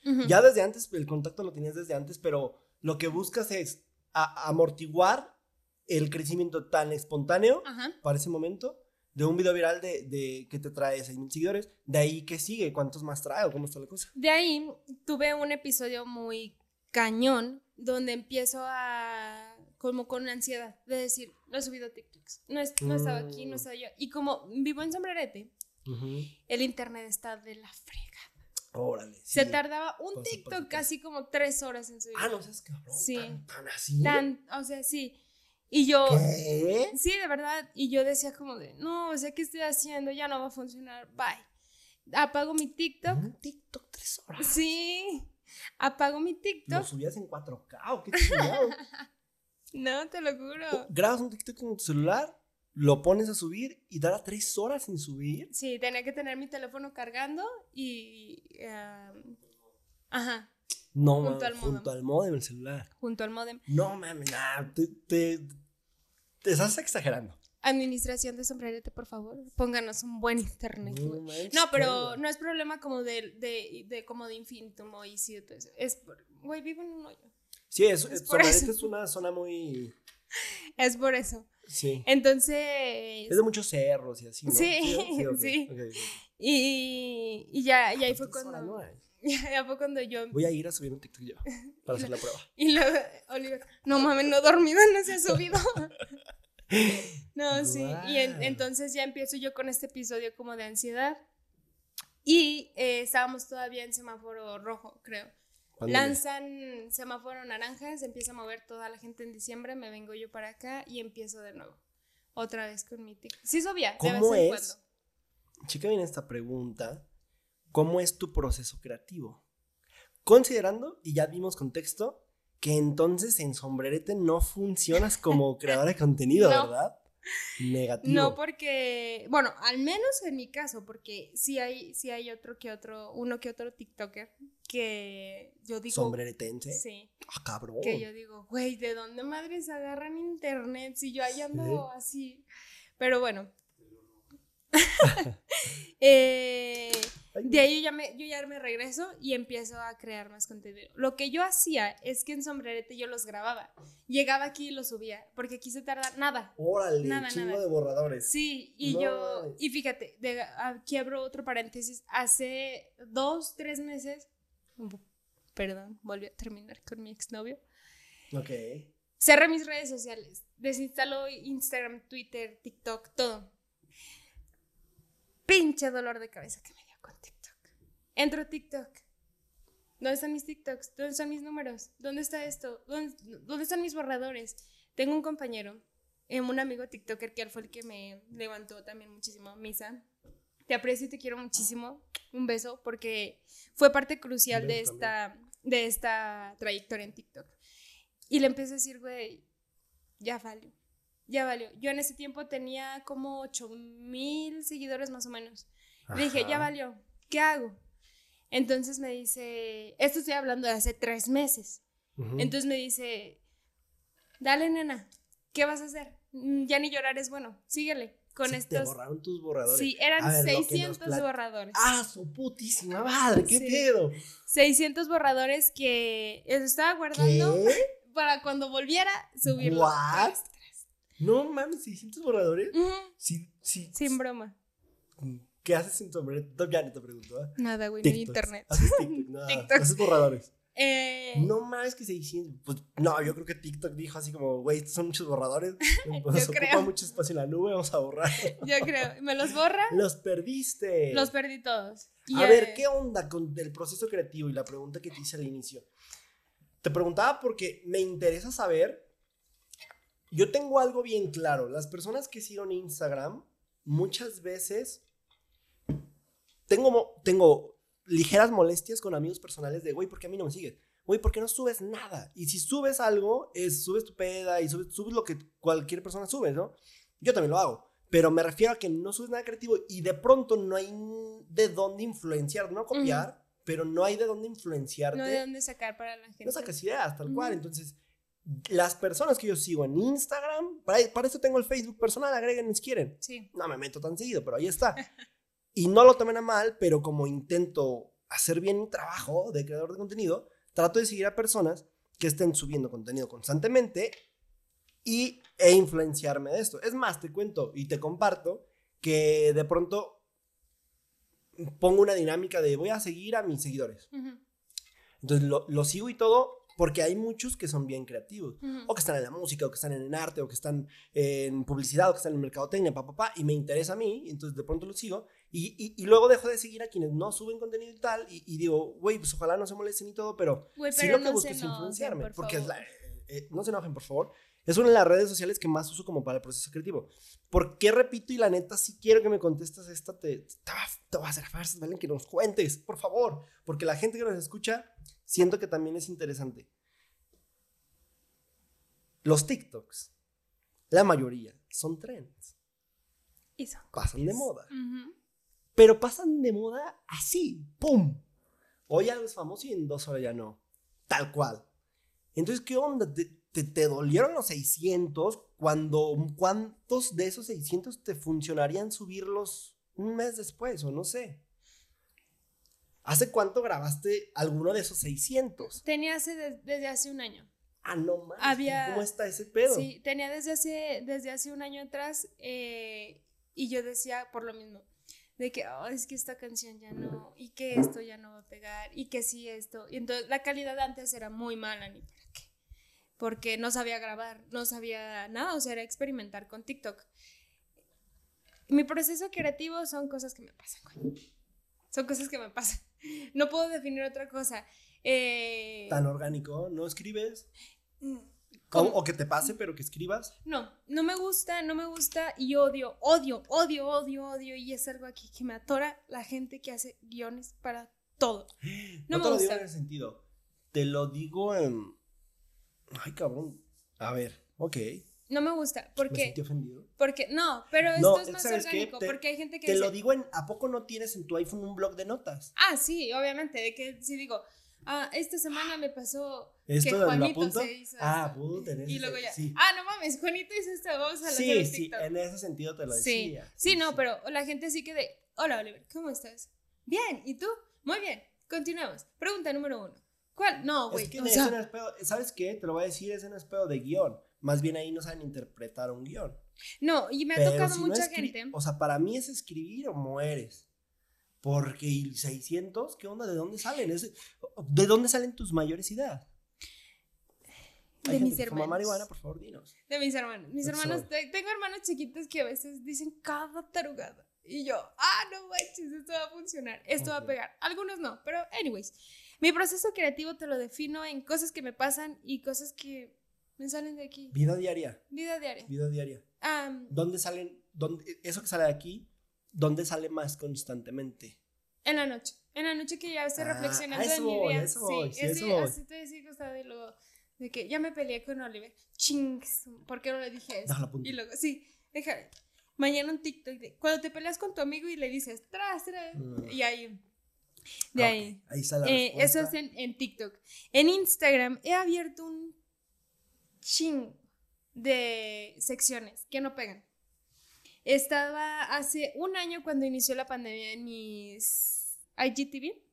Uh-huh. Ya desde antes, el contacto lo tenías desde antes, pero lo que buscas es a- amortiguar el crecimiento tan espontáneo uh-huh. para ese momento de un video viral de, de que te trae seis mil seguidores. De ahí, ¿qué sigue? ¿Cuántos más trae o cómo está la cosa? De ahí tuve un episodio muy cañón donde empiezo a como con ansiedad de decir, no he subido TikToks, no, es, no he estado aquí, no he estado yo. Y como vivo en Sombrerete, uh-huh. el internet está de la frega. Órale. Sí. Se tardaba un paso, TikTok paso, paso. casi como tres horas en subir. Ah, no seas cabrón. Sí. ¿Tan, tan así? Tan, o sea, sí. Y yo. ¿Qué? Sí, de verdad. Y yo decía como de, no, o sea, ¿qué estoy haciendo? Ya no va a funcionar. Bye. Apago mi TikTok. ¿Un TikTok tres horas? Sí. Apago mi TikTok. ¿Lo subías en cuatro K o qué chingado? No, te lo juro. ¿Grabas un TikTok en tu celular? Lo pones a subir y dará tres horas sin subir. Sí, tenía que tener mi teléfono cargando y. Uh, ajá. No, junto, man, al, junto modem. al modem, el celular. Junto al modem. No, mames, nah, te, te, te estás exagerando. Administración de Sombrerete, por favor, pónganos un buen internet. No, no pero no es problema como de, de, de, como de Infinitum o Easy. Es, güey, vivo en un hoyo. Sí, es, es, Sombrerete es una zona muy. Es por eso. Sí. Entonces. Es de muchos cerros y así, ¿no? Sí, sí. sí, okay, sí. Okay, okay. Y, y ya, y ahí fue cuando. No ya, ya fue cuando yo. Voy a ir a subir un TikTok yo para hacer la prueba. Y luego, Oliver, no mames, no dormido, no se ha subido. No, sí. Wow. Y en, entonces ya empiezo yo con este episodio como de ansiedad. Y eh, estábamos todavía en semáforo rojo, creo. Lanzan semáforo naranja, se empieza a mover toda la gente en diciembre, me vengo yo para acá y empiezo de nuevo. Otra vez con mi TikTok. Sí subía, de vez en cuando. Chica, viene esta pregunta. ¿Cómo es tu proceso creativo? Considerando, y ya vimos contexto, que entonces en Sombrerete no funcionas como creadora de contenido, no. ¿verdad? Negativo. No, porque, bueno, al menos en mi caso, porque sí hay, sí hay otro que otro, uno que otro TikToker que yo digo. ¿Sombreretense? Sí. Ah, cabrón. Que yo digo, güey, ¿de dónde madres agarran internet? Si yo ahí ando sí. así. Pero bueno. eh, de ahí yo ya, me, yo ya me regreso y empiezo a crear más contenido. Lo que yo hacía es que en Sombrerete yo los grababa. Llegaba aquí y los subía, porque aquí se tarda nada. Órale, nada, chingo nada. de borradores. Sí, y no. yo, y fíjate, de, aquí abro otro paréntesis. Hace dos, tres meses, perdón, volví a terminar con mi exnovio. Ok. Cerré mis redes sociales, desinstaló Instagram, Twitter, TikTok, todo. Pinche dolor de cabeza que me dio con TikTok. Entro a TikTok. ¿Dónde están mis TikToks? ¿Dónde están mis números? ¿Dónde está esto? ¿Dónde, dónde están mis borradores? Tengo un compañero, eh, un amigo TikToker que él fue el que me levantó también muchísimo. Misa, te aprecio y te quiero muchísimo. Un beso, porque fue parte crucial de esta, de esta trayectoria en TikTok. Y le empecé a decir, güey, ya valió. Ya valió. Yo en ese tiempo tenía como ocho mil seguidores más o menos. Le dije, ya valió. ¿Qué hago? Entonces me dice, esto estoy hablando de hace tres meses. Uh-huh. Entonces me dice, dale, nena, ¿qué vas a hacer? Ya ni llorar es bueno. Síguele con sí, estos. Te borraron tus borradores. Sí, eran ver, seiscientos plat... borradores. Ah, su putísima madre, qué sí. pedo. seiscientos borradores que estaba guardando ¿Qué? para cuando volviera subirlo. ¿What? No mames, seiscientos borradores. Uh-huh. Sí, sí. Sin broma. ¿Qué haces en Sombrerete? Ya no te pregunto, ¿eh? Nada, güey, no hay internet. Haces TikTok, nada. TikTok. Haces borradores. Eh... No más que seiscientos. Pues no, yo creo que TikTok dijo así como, güey, estos son muchos borradores. Nos yo ocupa creo. mucho espacio en la nube, vamos a borrar. Yo creo. ¿Me los borra? Los perdiste. Los perdí todos. Y a ver, ¿qué onda con el proceso creativo y la pregunta que te hice al inicio? Te preguntaba porque me interesa saber. Yo tengo algo bien claro. Las personas que sigo en Instagram, muchas veces tengo, tengo ligeras molestias con amigos personales de, güey, ¿por qué a mí no me sigues? Güey, ¿por qué no subes nada? Y si subes algo, es, subes tu peda y subes, subes lo que cualquier persona sube, ¿no? Yo también lo hago. Pero me refiero a que no subes nada creativo y de pronto no hay de dónde influenciar, no copiar, uh-huh. pero no hay de dónde influenciarte. No hay de dónde sacar para la gente. No sacas ideas, tal uh-huh. cual. Entonces, las personas que yo sigo en Instagram, para, para eso tengo el Facebook personal, agreguen si quieren. Sí. No me meto tan seguido, pero ahí está. Y no lo tomen a mal, pero como intento hacer bien mi trabajo de creador de contenido, trato de seguir a personas que estén subiendo contenido constantemente y, e influenciarme de esto. Es más, te cuento y te comparto que de pronto pongo una dinámica de voy a seguir a mis seguidores. Uh-huh. Entonces lo, lo sigo y todo porque hay muchos que son bien creativos. Uh-huh. O que están en la música, o que están en el arte, o que están en publicidad, o que están en mercadotecnia, papá, pa, pa, y me interesa a mí, entonces de pronto lo sigo. Y, y, y luego dejo de seguir a quienes no suben contenido y tal, y, y digo, güey, pues ojalá no se molesten y todo, pero, wey, sí pero lo que no busco es enojen, influenciarme. Porque es la, eh, eh, no se enojen, por favor. Es una de las redes sociales que más uso como para el proceso creativo. ¿Por qué repito? Y la neta, si quiero que me contestes esta, te, te, te voy a hacer fuerzas, ¿vale? Que nos cuentes, por favor. Porque la gente que nos escucha, siento que también es interesante. Los TikToks, la mayoría, son trends. Y son pasan copias. de moda. Uh-huh. Pero pasan de moda así, ¡pum! Hoy algo es famoso y en dos horas ya no. Tal cual. Entonces, ¿qué onda? ¿Te, te, te dolieron los seiscientos? Cuando, ¿cuántos de esos seiscientos te funcionarían subirlos un mes después? O no sé. ¿Hace cuánto grabaste alguno de esos seiscientos? Tenía hace de, desde hace un año. Ah, no mames. Había, ¿Cómo está ese pedo? Sí, tenía desde hace, desde hace un año atrás eh, y yo decía por lo mismo. De que, oh, es que esta canción ya no, y que esto ya no va a pegar, y que sí esto. Y entonces la calidad antes era muy mala, ni para qué. Porque no sabía grabar, no sabía nada, o sea, era experimentar con TikTok. Mi proceso creativo son cosas que me pasan, güey. Son cosas que me pasan. No puedo definir otra cosa. Eh... ¿Tan orgánico? ¿No escribes? O, o que te pase, pero que escribas. No, no me gusta, no me gusta y odio, odio, odio, odio, odio. Y es algo aquí que me atora la gente que hace guiones para todo. No, no te lo digo en ese sentido. Te lo digo en... Ay, cabrón. A ver, ok. No me gusta, porque... ¿Me sentí ofendido? Porque, no, pero no, esto es más orgánico, te, porque hay gente que Te dice, lo digo en... ¿A poco no tienes en tu iPhone un blog de notas? Ah, sí, obviamente, de que si digo... Ah, esta semana me pasó ¿Esto que Juanito se hizo Ah, puta, en ese y luego ya, sí. ah, no mames, Juanito hizo esto, vamos a sí, hacer un sí, TikTok. en ese sentido te lo sí. decía. Sí, sí, no, sí. Pero la gente sí que de, hola Oliver, ¿cómo estás? Bien, ¿y tú? Muy bien, continuamos. Pregunta número uno. ¿Cuál? No, güey. Es que o sea, no es pedo, ¿sabes qué? Te lo voy a decir, ese no es pedo de guión. Más bien ahí no saben interpretar un guión. No, y me ha pero tocado si mucha no gente. O sea, para mí es escribir o mueres. Porque ¿y seiscientos? ¿Qué onda? ¿De dónde salen? ¿De dónde salen tus mayores ideas? De Hay mis gente que hermanos. fuma marihuana, por favor, dinos. De mis hermanos. Mis That's hermanos, all. tengo hermanos chiquitos que a veces dicen cada tarugada. Y yo, ah, no manches, esto va a funcionar, esto okay. va a pegar. Algunos no, pero anyways. Mi proceso creativo te lo defino en cosas que me pasan y cosas que me salen de aquí. Vida diaria. Vida diaria. Vida diaria. Um, ¿Dónde salen? Dónde, eso que sale de aquí, ¿dónde sale más constantemente? En la noche. En la noche que ya estoy ah, reflexionando eso en mi voy, día. Eso voy, sí, sí, eso sí, voy. así estoy así acostada y luego de que ya me peleé con Oliver. Chings, ¿por qué no le dije eso? Déjalo punto. Y luego, sí, déjame. Mañana un TikTok de cuando te peleas con tu amigo y le dices, tras, tras, mm. y ahí, de okay, ahí. Ahí está la eh, Eso es en, en TikTok. En Instagram he abierto un ching de secciones que no pegan. Estaba hace un año cuando inició la pandemia en mis I G T V.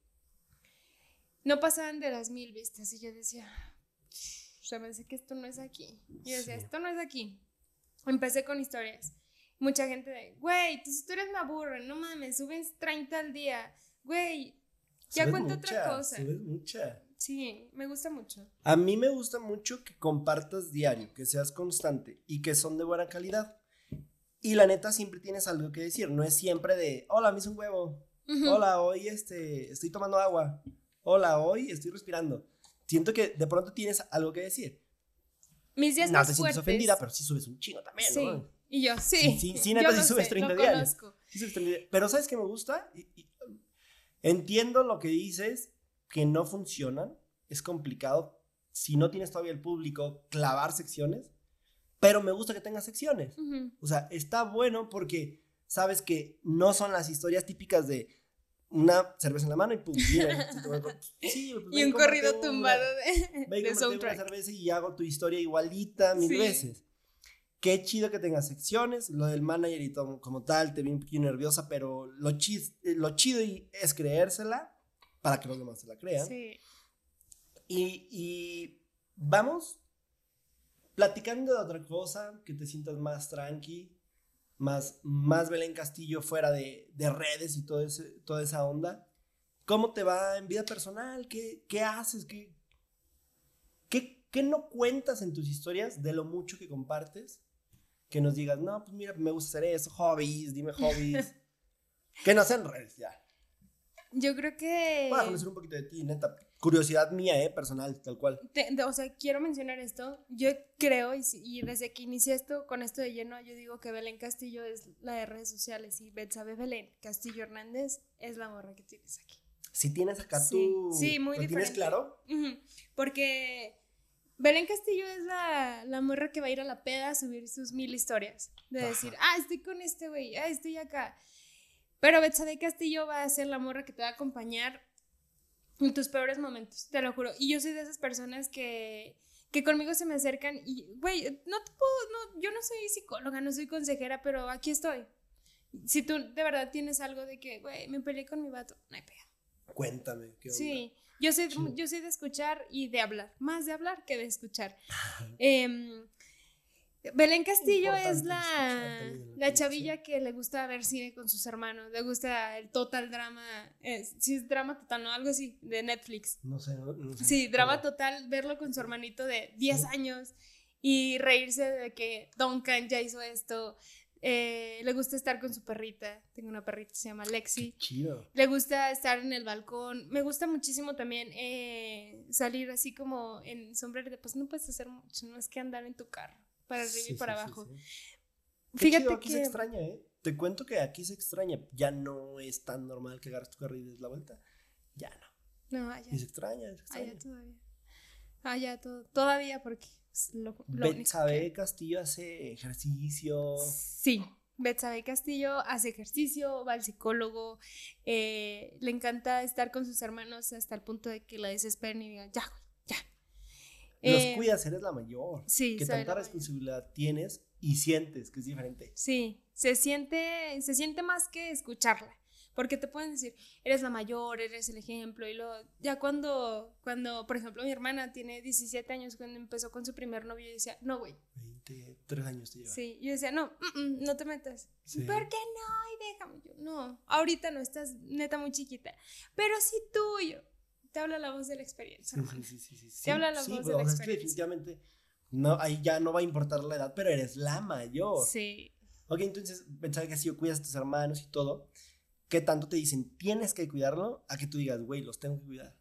No pasaban de las mil vistas y yo decía, ya me dice que esto no es aquí. Yo decía, sí. esto no es aquí. Empecé con historias. Mucha gente de, güey, tus historias me aburren, no mames, subes treinta al día. Güey, ya cuento otra cosa. Subes mucha. Sí, me gusta mucho. A mí me gusta mucho que compartas diario, que seas constante y que son de buena calidad. Y la neta siempre tienes algo que decir, no es siempre de, hola, me hice un huevo, uh-huh. hola, hoy este, estoy tomando agua, hola, hoy estoy respirando. Siento que de pronto tienes algo que decir. Mis días no más te fuertes. sientes ofendida, pero sí subes un chingo también, sí. ¿no? Y yo, sí. Sí, sí, sí neta, sí subes sé, treinta diarios. Sí subes treinta diarios. Pero ¿sabes qué me gusta? Y, y, entiendo lo que dices, que no funcionan, es complicado. Si no tienes todavía el público, clavar secciones. Pero me gusta que tengas secciones. Uh-huh. O sea, está bueno porque sabes que no son las historias típicas de una cerveza en la mano y pum, mira, sí, pues, y un corrido tumbado de, ve de soundtrack. Una cerveza y hago tu historia igualita mil sí. veces. Qué chido que tengas secciones. Lo del manager y todo como tal, te vi un poquito nerviosa, pero lo, chis, lo chido es creérsela. para que los demás se la crean. Sí. Y, y vamos platicando de otra cosa, que te sientas más tranqui, más, más Belén Castillo fuera de, de redes y todo ese, toda esa onda. ¿Cómo te va en vida personal? ¿Qué, qué haces? ¿Qué, qué, ¿Qué no cuentas en tus historias de lo mucho que compartes? Que nos digas, no, pues mira, me gusta hacer eso, hobbies, dime hobbies. Que no sean redes, ya. Yo creo que... Para conocer un poquito de ti, neta. Curiosidad mía, eh, personal, tal cual. Te, de, o sea, quiero mencionar esto. Yo creo, y, y desde que inicié esto, con esto de lleno, yo digo que Belén Castillo es la de redes sociales y Betsabe Belén Castillo Hernández es la morra que tienes aquí. Si tienes acá sí, tú... Sí, muy ¿Lo diferente. tienes claro? Uh-huh. Porque Belén Castillo es la, la morra que va a ir a la peda a subir sus mil historias. De Ajá. decir, ah, estoy con este güey, ah, estoy acá. Pero Betsabe Castillo va a ser la morra que te va a acompañar en tus peores momentos, te lo juro. Y yo soy de esas personas que, que conmigo se me acercan y, güey, no te puedo, no, yo no soy psicóloga, no soy consejera, pero aquí estoy. Si tú de verdad tienes algo de que, güey, me peleé con mi vato, no hay pega. Cuéntame, ¿qué onda? Sí, yo soy, yo soy de escuchar y de hablar, más de hablar que de escuchar. eh, Belén Castillo es la, la chavilla que le gusta ver cine con sus hermanos, le gusta el total drama, es, sí es drama total, ¿no? Algo así, de Netflix. No sé, no, no sé. Sí, drama total, verlo con su hermanito de diez ¿Sí? años y reírse de que Duncan ya hizo esto. Eh, le gusta estar con su perrita, tengo una perrita, se llama Lexi. Qué chido. Le gusta estar en el balcón, me gusta muchísimo también eh, salir así como en sombrero, pues no puedes hacer mucho, no es que andar en tu carro. Para arriba sí, y para sí, abajo. Sí, sí. Fíjate chido, aquí que se extraña, ¿eh? Te cuento que aquí se extraña. Ya no es tan normal que agarres tu carro y des la vuelta. Ya no. No, allá. Y se extraña, se extraña. Allá todavía. Allá todo, todavía porque es lo, lo Betsabe que... Castillo hace ejercicio. Sí, Betsabe Castillo hace ejercicio, va al psicólogo, eh, le encanta estar con sus hermanos hasta el punto de que la desesperen y digan, ya, ya. Los eh, cuidas, eres la mayor. Sí, que tanta responsabilidad mayor. Tienes y sientes que es diferente. Sí, se siente, se siente más que escucharla. Porque te pueden decir, eres la mayor, eres el ejemplo. Y luego, ya cuando, cuando, por ejemplo, mi hermana tiene diecisiete años, cuando empezó con su primer novio, yo decía, no, güey. veintitrés años te lleva. Sí, yo decía, no, mm, mm, no te metas. Sí. ¿Por qué no? Y déjame. Yo, no, ahorita no, estás neta muy chiquita. Pero sí tú, yo. Te habla la voz de la experiencia. Sí, sí, sí, sí, sí. Te habla la sí, voz pero, de la o sea, experiencia. Es que definitivamente no, ahí ya no va a importar la edad, pero eres la mayor. Sí. Ok, entonces, pensaba que si cuidas a tus hermanos y todo, ¿qué tanto te dicen tienes que cuidarlo? A que tú digas, güey, los tengo que cuidar.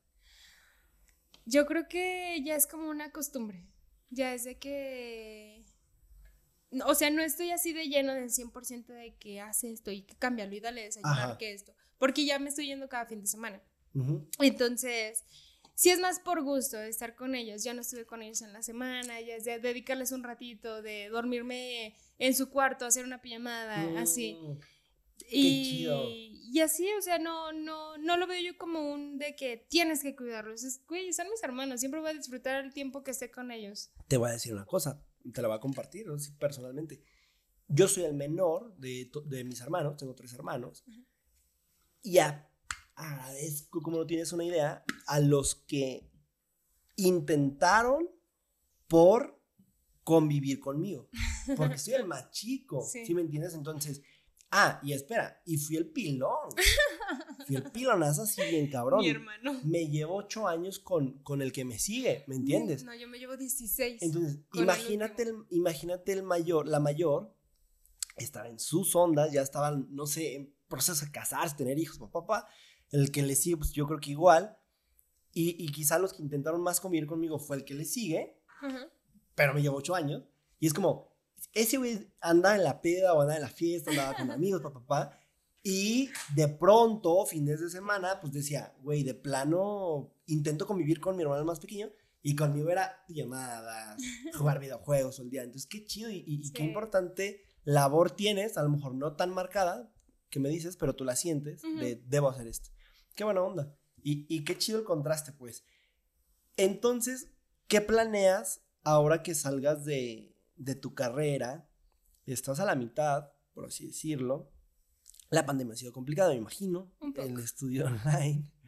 Yo creo que ya es como una costumbre. Ya es de que... O sea, no estoy así de lleno del cien por ciento de que hace esto y que cámbialo y dale desayunar que esto. Porque ya me estoy yendo cada fin de semana. Uh-huh. Entonces, si es más por gusto de estar con ellos, ya no estuve con ellos en la semana, ya es de dedicarles un ratito, de dormirme en su cuarto, hacer una pijamada, uh, así. Y, chido. Y así, o sea, no, no, no lo veo yo como un de que tienes que cuidarlos. Es, güey, son mis hermanos, siempre voy a disfrutar el tiempo que esté con ellos. Te voy a decir una cosa, te la voy a compartir, ¿no? Sí, personalmente. Yo soy el menor de, de mis hermanos, tengo tres hermanos, uh-huh. y a agradezco, como no tienes una idea, a los que intentaron por convivir conmigo, porque soy el más chico, ¿sí, ¿sí me entiendes? Entonces, ah, y espera, y fui el pilón, fui el pilonazo así bien cabrón. Mi hermano. Me llevo ocho años con, con el que me sigue, ¿me entiendes? No, yo me llevo dieciséis. Entonces, imagínate, el, imagínate el mayor, la mayor, estaba en sus ondas, ya estaban, no sé, en proceso de casarse, tener hijos, papá, papá. El que le sigue, pues yo creo que igual. Y, y quizá los que intentaron más convivir conmigo fue el que le sigue. Uh-huh. Pero me llevó ocho años. Y es como, ese güey andaba en la peda o andaba en la fiesta, andaba con amigos, papá, papá. Y de pronto, fines de semana, pues decía, güey, de plano, intento convivir con mi hermano más pequeño. Y conmigo era llamadas, jugar videojuegos todo el día. Entonces, qué chido y, y, sí. y qué importante labor tienes, a lo mejor no tan marcada, que me dices, pero tú la sientes, uh-huh. de debo hacer esto. Qué buena onda. Y, y qué chido el contraste, pues. Entonces, ¿qué planeas ahora que salgas de, de tu carrera? Estás a la mitad, por así decirlo. La pandemia ha sido complicada, me imagino. Un poco. El estudio online.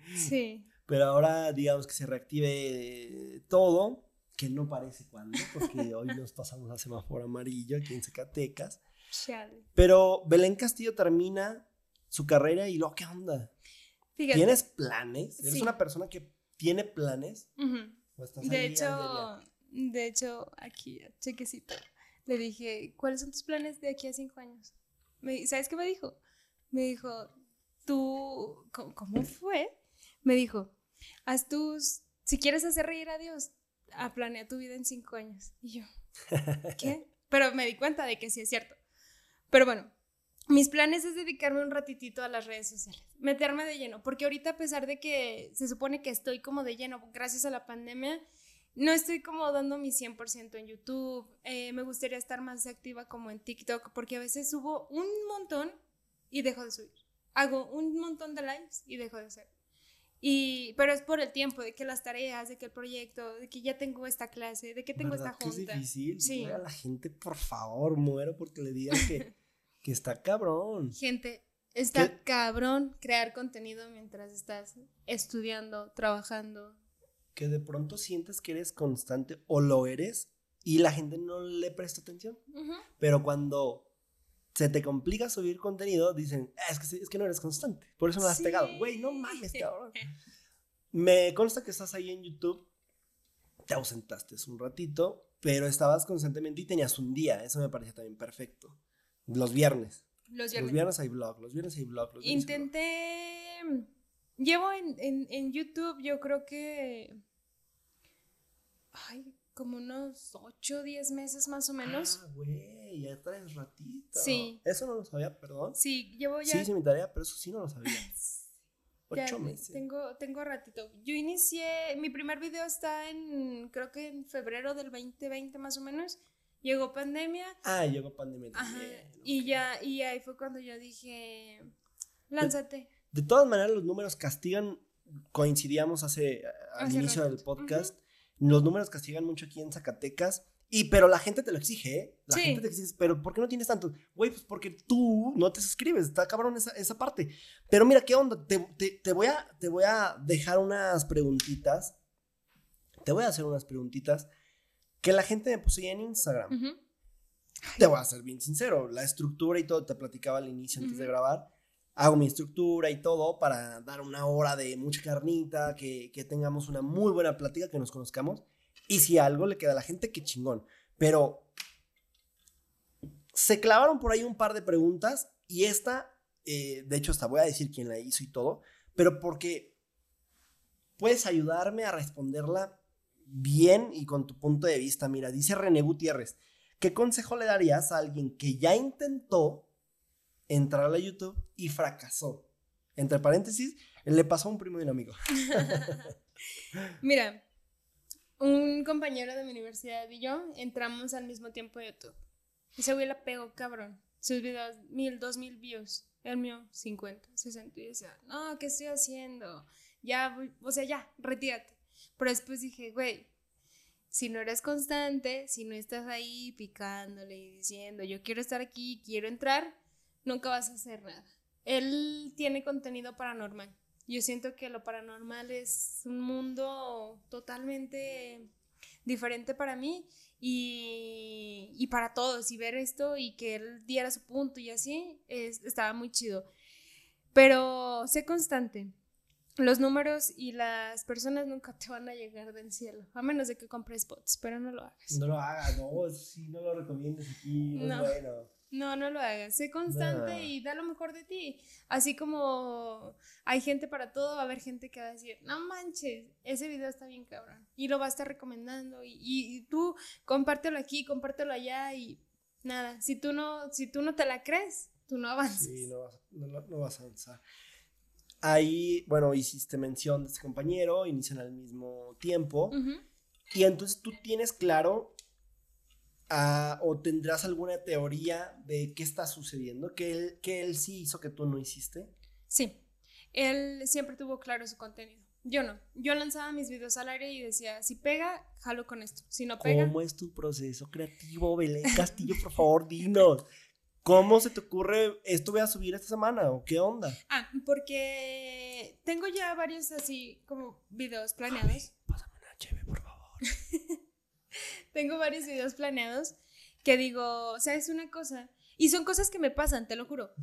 Sí. Pero ahora, digamos que se reactive todo, que no parece cuándo, porque hoy nos pasamos a semáforo amarillo aquí en Zacatecas. Chale. Pero Belén Castillo termina su carrera y luego, ¿qué onda? Fíjate. ¿Tienes planes? ¿Eres sí. una persona que tiene planes? Uh-huh. ¿O estás de hecho, de hecho, aquí, chequecito, le dije, ¿cuáles son tus planes de aquí a cinco años? Me, ¿Sabes qué me dijo? Me dijo, tú, ¿cómo, ¿cómo fue? Me dijo, haz tus, si quieres hacer reír a Dios, a planea tu vida en cinco años. Y yo, ¿qué? Pero me di cuenta de que sí es cierto. Pero bueno, mis planes es dedicarme un ratitito a las redes sociales, meterme de lleno, porque ahorita a pesar de que se supone que estoy como de lleno gracias a la pandemia, no estoy como dando mi cien por ciento en YouTube, eh, me gustaría estar más activa como en TikTok, porque a veces subo un montón y dejo de subir, hago un montón de lives y dejo de hacer. Y, pero es por el tiempo, de que las tareas, de que el proyecto, de que ya tengo esta clase, de que tengo esta junta. Es difícil, sí. A la gente, por favor, muero porque le digan que, que está cabrón. Gente, está ¿Qué? cabrón crear contenido mientras estás estudiando, trabajando. Que de pronto sientes que eres constante o lo eres y la gente no le presta atención. Uh-huh. Pero cuando se te complica subir contenido, dicen, ah, es, que, es que no eres constante, por eso no lo has sí. pegado. Güey, no mames, cabrón. Me consta que estás ahí en YouTube, te ausentaste un ratito, pero estabas constantemente y tenías un día, eso me parecía también perfecto. Los viernes. Los viernes. Los viernes hay vlog, los viernes hay vlog. Los Intenté, vlog. Llevo en, en, en YouTube, yo creo que, ay, como unos ocho o diez meses más o menos. Ah, güey, ya traes ratito. Sí. Eso no lo sabía, perdón. Sí, llevo ya. Sí, hice mi tarea, pero eso sí no lo sabía. Ocho ya, meses. Tengo, tengo ratito. Yo inicié, mi primer video está en, creo que en febrero del veinte veinte más o menos. Llegó pandemia. Ah, llegó pandemia. Ajá. Bien, y okay. ya, y ahí fue cuando yo dije, lánzate. De, de todas maneras, los números castigan, coincidíamos hace, al hace inicio rato. del podcast. Uh-huh. Los números castigan mucho aquí en Zacatecas, y pero la gente te lo exige, ¿eh? La sí. gente te exige, pero ¿por qué no tienes tantos? Güey, pues porque tú no te suscribes, está cabrón esa, esa parte. Pero mira, ¿qué onda? Te, te, te, voy a, te voy a dejar unas preguntitas, te voy a hacer unas preguntitas que la gente me puso en Instagram. Uh-huh. Te voy a ser bien sincero, la estructura y todo, te platicaba al inicio uh-huh. antes de grabar. Hago mi estructura y todo para dar una hora de mucha carnita, que, que tengamos una muy buena plática, que nos conozcamos. Y si algo le queda a la gente, qué chingón. Pero se clavaron por ahí un par de preguntas y esta, eh, de hecho hasta voy a decir quién la hizo y todo, pero porque puedes ayudarme a responderla bien y con tu punto de vista. Mira, dice René Gutiérrez, ¿qué consejo le darías a alguien que ya intentó entrar a YouTube y fracasó? Entre paréntesis, le pasó a un primo de un amigo. Mira, un compañero de mi universidad y yo entramos al mismo tiempo a YouTube. Ese güey la pegó cabrón. Sus videos, mil, dos mil views. El mío, cincuenta, sesenta. Y decía, no, ¿qué estoy haciendo? Ya, o sea, ya, retírate. Pero después dije, güey, si no eres constante, si no estás ahí picándole y diciendo, yo quiero estar aquí, quiero entrar, nunca vas a hacer nada. Él tiene contenido paranormal. Yo siento que lo paranormal es un mundo totalmente diferente para mí y, y para todos. Y ver esto y que él diera su punto y así, es, estaba muy chido. Pero sé constante. Los números y las personas nunca te van a llegar del cielo, a menos de que compres bots, pero no lo hagas. No lo hagas, no, sí, no lo recomiendes aquí, no, no es bueno. No, no lo hagas, sé constante no. y da lo mejor de ti. Así como hay gente para todo, va a haber gente que va a decir, no manches, ese video está bien cabrón. Y lo va a estar recomendando y, y, y tú compártelo aquí, compártelo allá y nada. Si tú no, si tú no te la crees, tú no avanzas. Sí, no vas, no, no vas a avanzar. Ahí, bueno, hiciste mención de este compañero, inician al mismo tiempo. Uh-huh. Y entonces tú tienes claro... Uh, o tendrás alguna teoría de qué está sucediendo, que él, que él sí hizo que tú no hiciste. Sí, él siempre tuvo claro su contenido. Yo no, yo lanzaba mis videos al aire y decía, si pega, jalo con esto, si no pega. ¿Cómo es tu proceso creativo, Belén Castillo? Por favor, dinos. ¿Cómo se te ocurre esto voy a subir esta semana o qué onda? Ah, porque tengo ya varios así como videos planeados. Ay, pásame una cheve, por favor. Tengo varios videos planeados que digo, ¿sabes una cosa? Y son cosas que me pasan, te lo juro.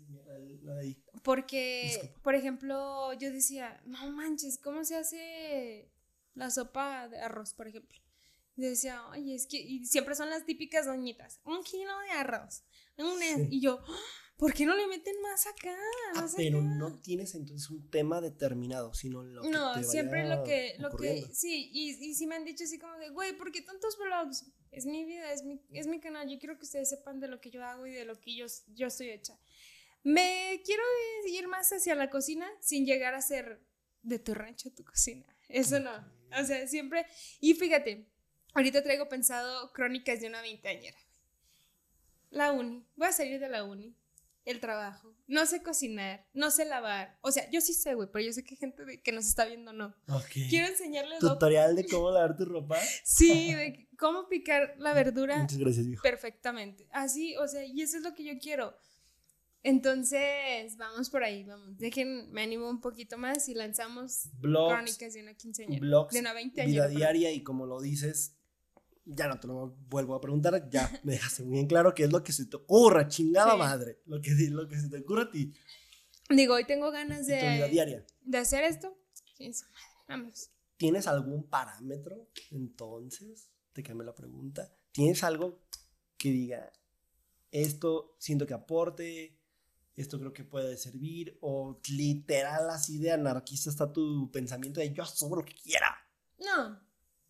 Porque, Disculpa. Por ejemplo, yo decía, no manches, ¿cómo se hace la sopa de arroz, por ejemplo? Y decía, oye, es que y siempre son las típicas doñitas, un kilo de arroz, un sí. Y yo, ¿por qué no le meten más acá? Más ah, pero acá? No tienes entonces un tema determinado, sino lo que no, te siempre vaya lo que, lo que, sí, y, y sí me han dicho así como de, güey, ¿por qué tantos vlogs? Es mi vida, es mi, es mi canal, yo quiero que ustedes sepan de lo que yo hago y de lo que yo, yo estoy hecha. Me quiero ir más hacia la cocina sin llegar a ser de tu rancho a tu cocina, eso no, o sea, siempre, y fíjate, ahorita traigo pensado crónicas de una veinteañera. La uni, voy a salir de la uni, el trabajo, no sé cocinar, no sé lavar, o sea, yo sí sé, güey, pero yo sé que gente de, que nos está viendo no. Okay. Quiero enseñarles... ¿Tutorial de cómo lavar tu ropa? Sí, de cómo picar la verdura. Muchas gracias, hijo. Perfectamente, así, o sea, y eso es lo que yo quiero. Entonces, vamos por ahí, vamos, dejen, me animo un poquito más y lanzamos blogs, crónicas de una quinceañera, blogs, de una veinteañera. Vida diaria y como lo dices, ya no te lo vuelvo a preguntar, ya me dejaste muy bien claro qué es lo que se te ocurra, chingada sí. madre, lo que, lo que se te ocurra a ti. Digo, hoy tengo ganas de, vida diaria. de hacer esto, sí, vamos. ¿Tienes algún parámetro entonces? Te cambio la pregunta. ¿Tienes algo que diga, esto siento que aporte, esto creo que puede servir, o literal así de anarquista está tu pensamiento de yo subo lo que quiera? No.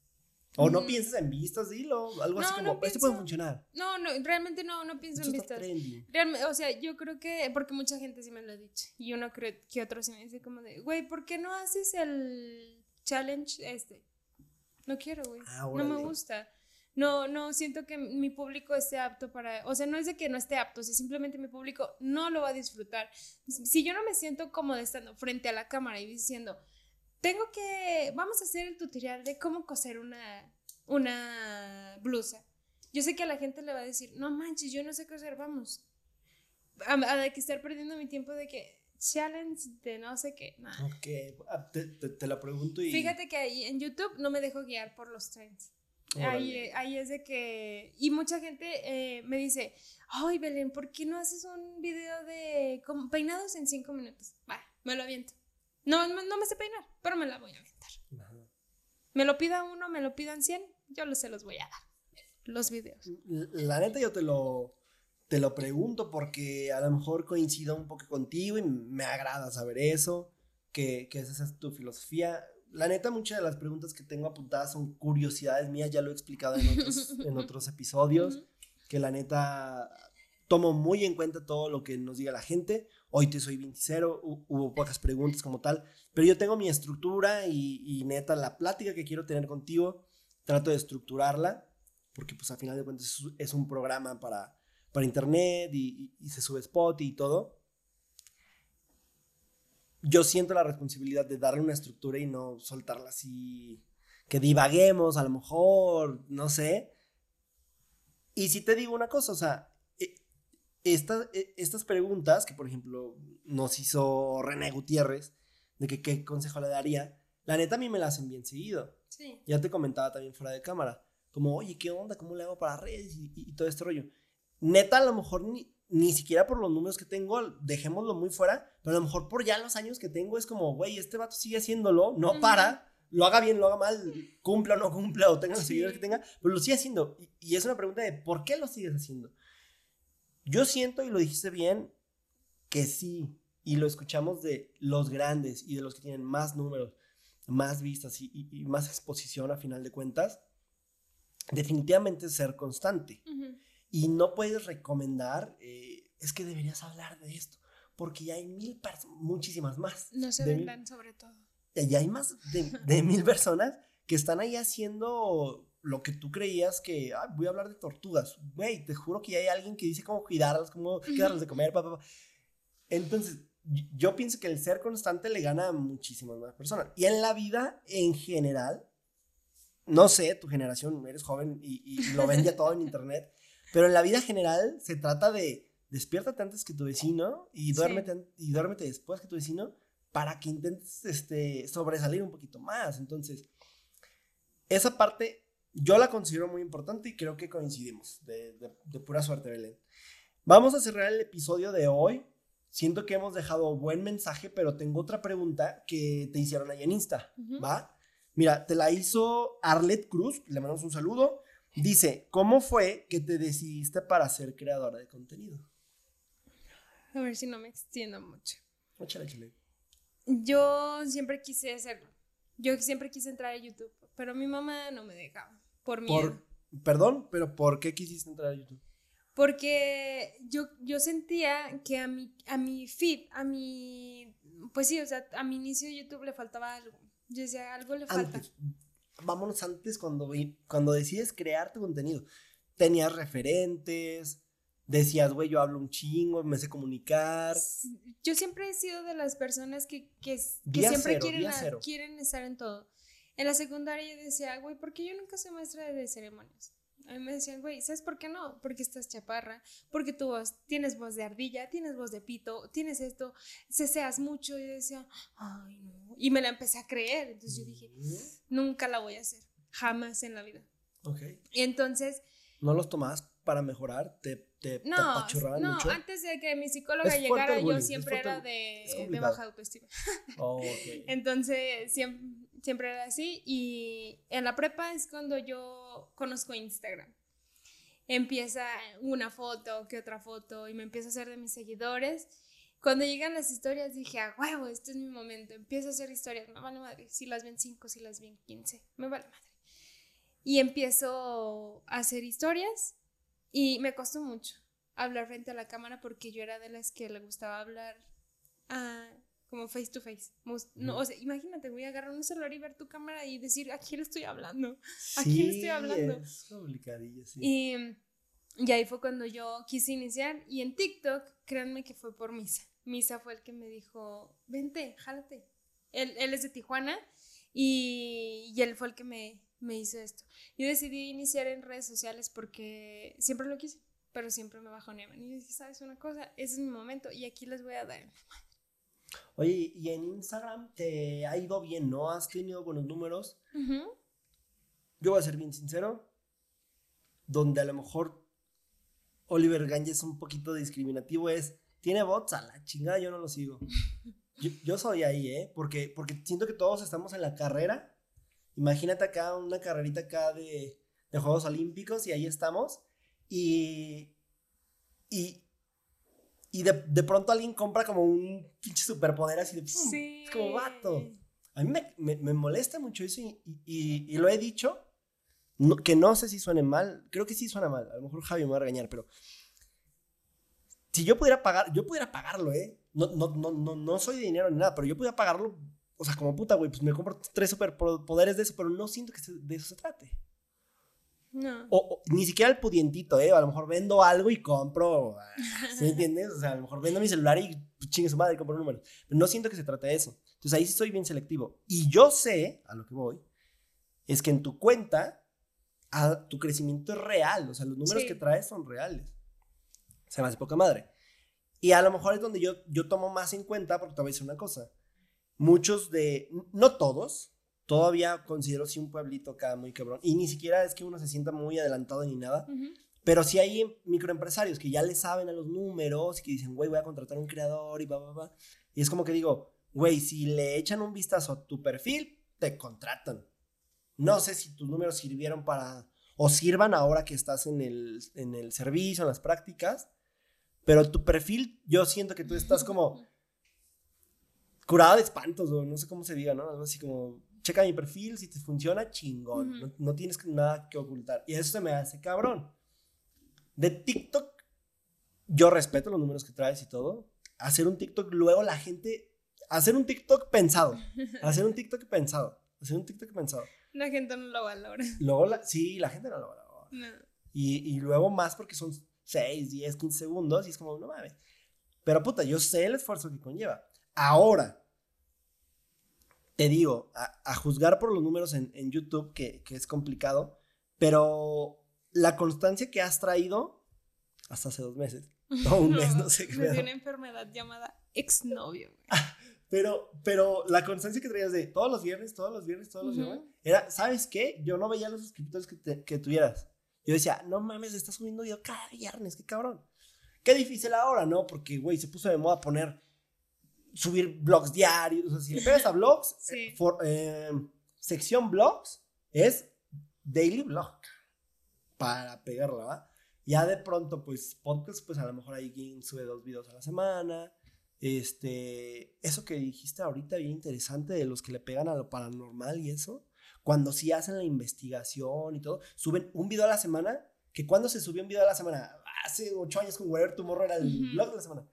O no mm. pienses en vistas, dilo, algo no, así como, no esto puede funcionar. No, no, realmente no, no pienso Esto en vistas. Realmente, o sea, yo creo que, porque mucha gente sí me lo ha dicho, y uno cree que otro sí me dice como de, güey, ¿por qué no haces el challenge este? No quiero, güey, ah, no me gusta. No, no, siento que mi público esté apto para, o sea, no es de que no esté apto, o sea, simplemente mi público no lo va a disfrutar. Si yo no me siento cómoda estando frente a la cámara y diciendo, tengo que, vamos a hacer el tutorial de cómo coser una, una blusa. Yo sé que a la gente le va a decir, no manches, yo no sé coser, vamos. A, a de que estar perdiendo mi tiempo de que challenge de no sé qué. Nah. Ok, te, te, te la pregunto y... Fíjate que ahí en YouTube no me dejo guiar por los trends. Ahí, ahí es de que... Y mucha gente eh, me dice, ay Belén, ¿por qué no haces un video de como, peinados en cinco minutos? Va, me lo aviento. No, no, no me sé peinar, pero me la voy a aventar. Ajá. Me lo pida uno, me lo pidan cien, yo los, se los voy a dar, los videos. La neta yo te lo, te lo pregunto porque a lo mejor coincido un poco contigo y me agrada saber eso, que, que esa es tu filosofía. La neta muchas de las preguntas que tengo apuntadas son curiosidades mías, ya lo he explicado en otros, en otros episodios, uh-huh. que la neta... Tomo muy en cuenta todo lo que nos diga la gente. Hoy te soy bien sincero, hubo pocas preguntas como tal, pero yo tengo mi estructura y, y neta la plática que quiero tener contigo, trato de estructurarla, porque pues al final de cuentas es, es un programa para, para internet y, y, y se sube Spotify y todo. Yo siento la responsabilidad de darle una estructura y no soltarla así, que divaguemos a lo mejor, no sé. Y si te digo una cosa, o sea, Esta, estas preguntas que por ejemplo nos hizo René Gutiérrez de que qué consejo le daría, la neta a mí me la hacen bien seguido. Sí. Ya te comentaba también fuera de cámara, como oye, ¿qué onda? ¿Cómo le hago para redes? Y, y, y todo este rollo. Neta, a lo mejor ni, ni siquiera por los números que tengo, dejémoslo muy fuera, pero a lo mejor por ya los años que tengo es como, güey, este vato sigue haciéndolo, no uh-huh. para, lo haga bien, lo haga mal, cumpla o no cumpla, o tenga los sí. seguidores que tenga, pero lo sigue haciendo. Y, y es una pregunta de ¿por qué lo sigues haciendo? Yo siento, y lo dijiste bien, que sí, y lo escuchamos de los grandes y de los que tienen más números, más vistas y, y, y más exposición a final de cuentas, definitivamente ser constante. Uh-huh. Y no puedes recomendar, eh, es que deberías hablar de esto, porque ya hay mil personas, muchísimas más. No se vendan sobre todo. Ya hay más de, de mil personas que están ahí haciendo... lo que tú creías que, ah, voy a hablar de tortugas, güey, te juro que ya hay alguien que dice cómo cuidarlas, cómo uh-huh. darles de comer, papá. Pa, pa. Entonces, yo pienso que el ser constante le gana a muchísimas más personas. Y en la vida, en general, no sé, tu generación, eres joven y, y lo ven ya todo en internet, pero en la vida general se trata de despiértate antes que tu vecino y duérmete, sí. y duérmete después que tu vecino para que intentes este, sobresalir un poquito más. Entonces, esa parte yo la considero muy importante y creo que coincidimos de, de, de pura suerte, Belén. Vamos a cerrar el episodio de hoy. Siento que hemos dejado buen mensaje, pero tengo otra pregunta que te hicieron ahí en Insta, uh-huh. ¿va? Mira, te la hizo Arlet Cruz, le mandamos un saludo. Dice, ¿cómo fue que te decidiste para ser creadora de contenido? A ver si no me extiendo mucho. Échale, échale. Yo siempre quise hacerlo. Yo siempre quise entrar a YouTube, pero mi mamá no me dejaba, por miedo. Por, perdón, pero ¿por qué quisiste entrar a YouTube? Porque yo, yo sentía que a mi, a mi feed, a mi, pues sí, o sea, a mi inicio de YouTube le faltaba algo. Yo decía, algo le falta. Antes, vámonos antes cuando, cuando decides crear tu contenido. Tenías referentes, decías, güey, yo hablo un chingo, me sé comunicar. Yo siempre he sido de las personas que, que, que siempre cero, quieren, a, quieren estar en todo. En la secundaria yo decía, güey, ¿por qué yo nunca soy maestra de ceremonias? A mí me decían, güey, ¿sabes por qué no? Porque estás chaparra, porque tu voz, tienes voz de ardilla, tienes voz de pito, tienes esto, ceseas mucho. Y yo decía, ay, no. Y me la empecé a creer. Entonces yo dije, nunca la voy a hacer, jamás en la vida. Ok. Y entonces... ¿No los tomabas para mejorar? ¿Te, te, no, te apachurraban no, mucho? No, antes de que mi psicóloga es llegara, yo siempre era de, de baja autoestima. Oh, okay. Entonces, siempre... siempre era así. Y en la prepa es cuando yo conozco Instagram. Empieza una foto, que otra foto, y me empiezo a hacer de mis seguidores. Cuando llegan las historias dije, ah, huevo, este es mi momento. Empiezo a hacer historias, me vale madre, si las ven cinco, si las ven quince, me vale madre. Y empiezo a hacer historias y me costó mucho hablar frente a la cámara porque yo era de las que le gustaba hablar a... como face to face. No, o sea, imagínate, voy a agarrar un celular y ver tu cámara y decir, ¿a quién le estoy hablando? ¿A sí, quién le estoy hablando? Es complicadillo, sí. Y, y ahí fue cuando yo quise iniciar. Y en TikTok, créanme que fue por Misa. Misa fue el que me dijo, vente, jálate. Él, él es de Tijuana y, y él fue el que me, me hizo esto. Yo decidí iniciar en redes sociales porque siempre lo quise, pero siempre me bajoneaban. Y yo dije, ¿sabes una cosa? Ese es mi momento y aquí les voy a dar. Oye, y en Instagram te ha ido bien, ¿no? ¿Has tenido buenos números? Uh-huh. Yo voy a ser bien sincero, donde a lo mejor Oliver Gange es un poquito discriminativo, es, tiene bots, a la chingada, yo no lo sigo. Yo, yo soy ahí, ¿eh? Porque, porque siento que todos estamos en la carrera. Imagínate acá una carrerita acá de, de Juegos Olímpicos y ahí estamos. Y... y Y de, de pronto alguien compra como un pinche superpoder así de... ¡pum! Sí. Es como vato. A mí me, me, me molesta mucho eso y, y, y lo he dicho, no, que no sé si suene mal, creo que sí suena mal, a lo mejor Javi me va a regañar, pero... Si yo pudiera pagar, yo pudiera pagarlo, ¿eh? No, no, no, no, no soy de dinero ni nada, pero yo pudiera pagarlo, o sea, como puta, güey, pues me compro tres superpoderes de eso, pero no siento que de eso se trate. No. O, o ni siquiera el pudientito, ¿eh? A lo mejor vendo algo y compro, ¿sí me entiendes? O sea, a lo mejor vendo mi celular y pues, chingue su madre y compro números. Pero no siento que se trate de eso. Entonces ahí sí soy bien selectivo. Y yo sé, a lo que voy, es que en tu cuenta, a, tu crecimiento es real. O sea, los números sí. que traes son reales. Se me hace poca madre. Y a lo mejor es donde yo, yo tomo más en cuenta, porque te voy a decir una cosa. Muchos de, no todos, todavía considero sí un pueblito acá muy cabrón. Y ni siquiera es que uno se sienta muy adelantado ni nada. Uh-huh. Pero sí hay microempresarios que ya le saben a los números y que dicen, güey, voy a contratar a un creador y va, va, va. Y es como que digo, güey, si le echan un vistazo a tu perfil, te contratan. No sé si tus números sirvieron para, o sirvan ahora que estás en el, en el servicio, en las prácticas. Pero tu perfil, yo siento que tú estás como curado de espantos, o no sé cómo se diga, ¿no? Algo así como... Checa mi perfil, si te funciona, chingón. Uh-huh. No, no tienes nada que ocultar. Y eso se me hace cabrón. De TikTok, yo respeto los números que traes y todo. Hacer un TikTok, luego la gente... Hacer un TikTok pensado. Hacer un TikTok pensado. Hacer un TikTok pensado. La gente no lo valora. Luego, la, sí, la gente no lo valora. No. Y, y luego más porque son seis, diez, quince segundos y es como, no mames. Pero puta, yo sé el esfuerzo que conlleva. Ahora... Te digo, a, a juzgar por los números en, en YouTube, que, que es complicado, pero la constancia que has traído, hasta hace dos meses, o un mes, no sé qué. Me dio una enfermedad llamada exnovio. Pero, pero la constancia que traías de todos los viernes, todos los viernes, todos los uh-huh. viernes, era, ¿sabes qué? Yo no veía los suscriptores que, te, que tuvieras. Yo decía, no mames, estás subiendo video cada viernes, qué cabrón. Qué difícil ahora, ¿no? Porque, güey, se puso de moda poner, subir blogs diarios. O sea, si le pegas a blogs, sí. eh, for, eh, sección blogs es daily blog. Para pegarla, ¿va? Ya de pronto, pues, podcast, pues a lo mejor alguien sube dos videos a la semana. Este, eso que dijiste ahorita, bien interesante, de los que le pegan a lo paranormal y eso, cuando sí hacen la investigación y todo, suben un video a la semana, que cuando se subió un video a la semana, hace ocho años con Whatever Tomorrow era el uh-huh. blog de la semana,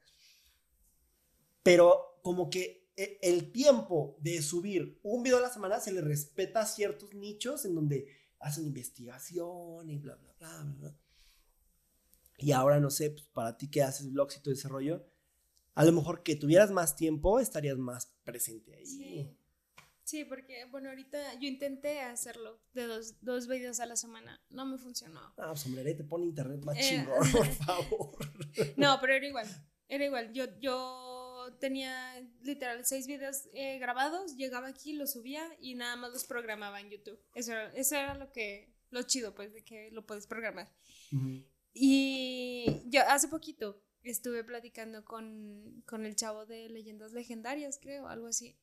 pero como que el tiempo de subir un video a la semana se le respeta a ciertos nichos en donde hacen investigación y bla, bla, bla, bla, bla. Y ahora no sé, pues para ti que haces vlogs y todo ese rollo, a lo mejor que tuvieras más tiempo, estarías más presente ahí. Sí, sí, porque, bueno, ahorita yo intenté hacerlo de dos, dos videos a la semana. No me funcionó. Ah, sombrerete, pon internet más eh, chingón, por favor. No, pero era igual, era igual. Yo, yo tenía literal seis videos eh, grabados, llegaba aquí, los subía y nada más los programaba en YouTube. Eso era, eso era lo que, lo chido, pues, de que lo puedes programar. Uh-huh. Y yo hace poquito estuve platicando con, con el chavo de Leyendas Legendarias, creo, algo así.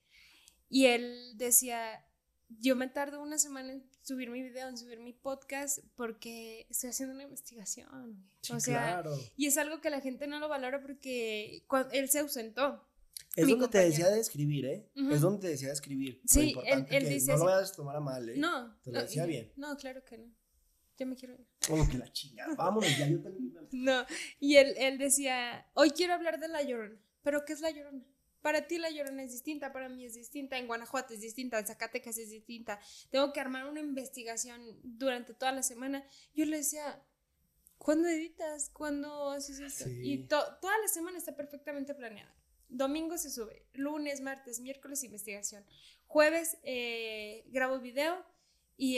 Y él decía, yo me tardo una semana en subir mi video, en subir mi podcast, porque estoy haciendo una investigación. Sí, o sea, claro. Y es algo que la gente no lo valora porque cuando él se ausentó. Es donde compañero. te decía de escribir, ¿eh? Uh-huh. Es donde te decía de escribir. Sí, él, él dice no así, lo vayas a tomar a mal, ¿eh? No. Te lo no, decía bien. No, claro que no. Ya me quiero ir. Como que la chingada. Vámonos, ya yo también. No, y él, él decía, hoy quiero hablar de La Llorona. ¿Pero qué es La Llorona? Para ti La Llorona es distinta, para mí es distinta, en Guanajuato es distinta, en Zacatecas es distinta. Tengo que armar una investigación durante toda la semana. Yo le decía, ¿cuándo editas? ¿Cuándo haces esto? Sí. Y to- toda la semana está perfectamente planeada. Domingo se sube, lunes, martes, miércoles investigación. Jueves eh, grabo video y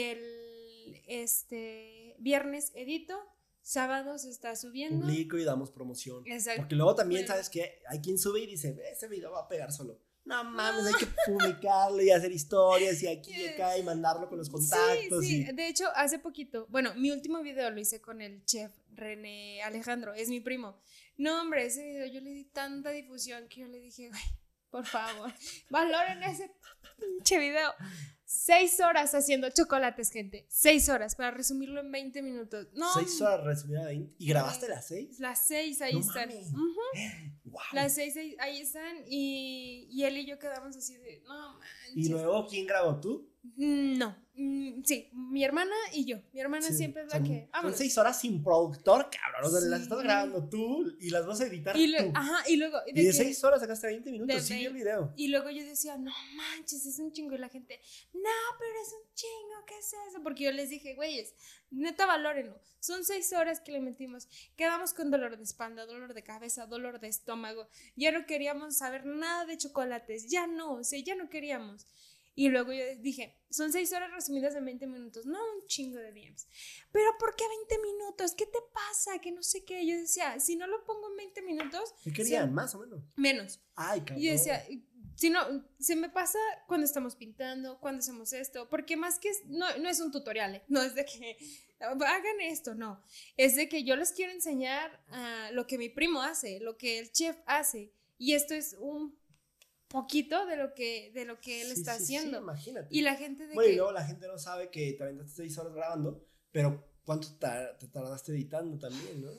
el este, viernes edito. Sábado se está subiendo. Publico y damos promoción. Exacto. Porque luego también, bueno. ¿sabes qué? Hay quien sube y dice, ese video va a pegar solo. No mames, no. Hay que publicarlo y hacer historias y aquí y acá y mandarlo con los contactos. Sí, sí. Y... De hecho, hace poquito, bueno, mi último video lo hice con el chef René Alejandro, es mi primo. No, hombre, ese video yo le di tanta difusión que yo le dije, güey, por favor, valoren ese pinche video. Seis horas haciendo chocolates, gente. Seis horas, para resumirlo en veinte minutos. No. Seis horas resumidas en veinte. ¿Y grabaste las seis? Las seis, ahí no están. Uh-huh. Wow. Las seis, ahí, ahí están. Y, y él y yo quedamos así de, no manches. ¿Y luego quién grabó, tú? No. Mm, sí, mi hermana y yo. Mi hermana sí, siempre es la son, que. Son seis horas sin productor, cabrón. O sea, sí. las estás grabando tú y las vas a editar y lo, tú. Ajá, y luego. Y de, y de seis horas sacaste veinte minutos. Sí, vi el video. Y luego yo decía, no manches, es un chingo. Y la gente, no, pero es un chingo, ¿qué es eso? Porque yo les dije, güeyes, neta, valórenlo. Son seis horas que le metimos. Quedamos con dolor de espalda, dolor de cabeza, dolor de estómago. Ya no queríamos saber nada de chocolates. Ya no, o sea, ya no queríamos. Y luego yo dije, son seis horas resumidas en veinte minutos. No, un chingo de D Ms. ¿Pero por qué veinte minutos? ¿Qué te pasa? Que no sé qué. Yo decía, si no lo pongo en veinte minutos... ¿Qué querían? ¿Más o menos? Menos. Ay, cabrón. Y yo decía, si no, se me pasa cuando estamos pintando, cuando hacemos esto. Porque más que, es, no, no es un tutorial, ¿eh? No es de que hagan esto, no. Es de que yo les quiero enseñar uh, lo que mi primo hace, lo que el chef hace. Y esto es un... poquito de lo que de lo que él sí, está sí, haciendo. Sí, imagínate. Y la gente de bueno, que... y luego la gente no sabe que te aventaste seis horas grabando, pero ¿cuánto tar- te tardaste editando también, no?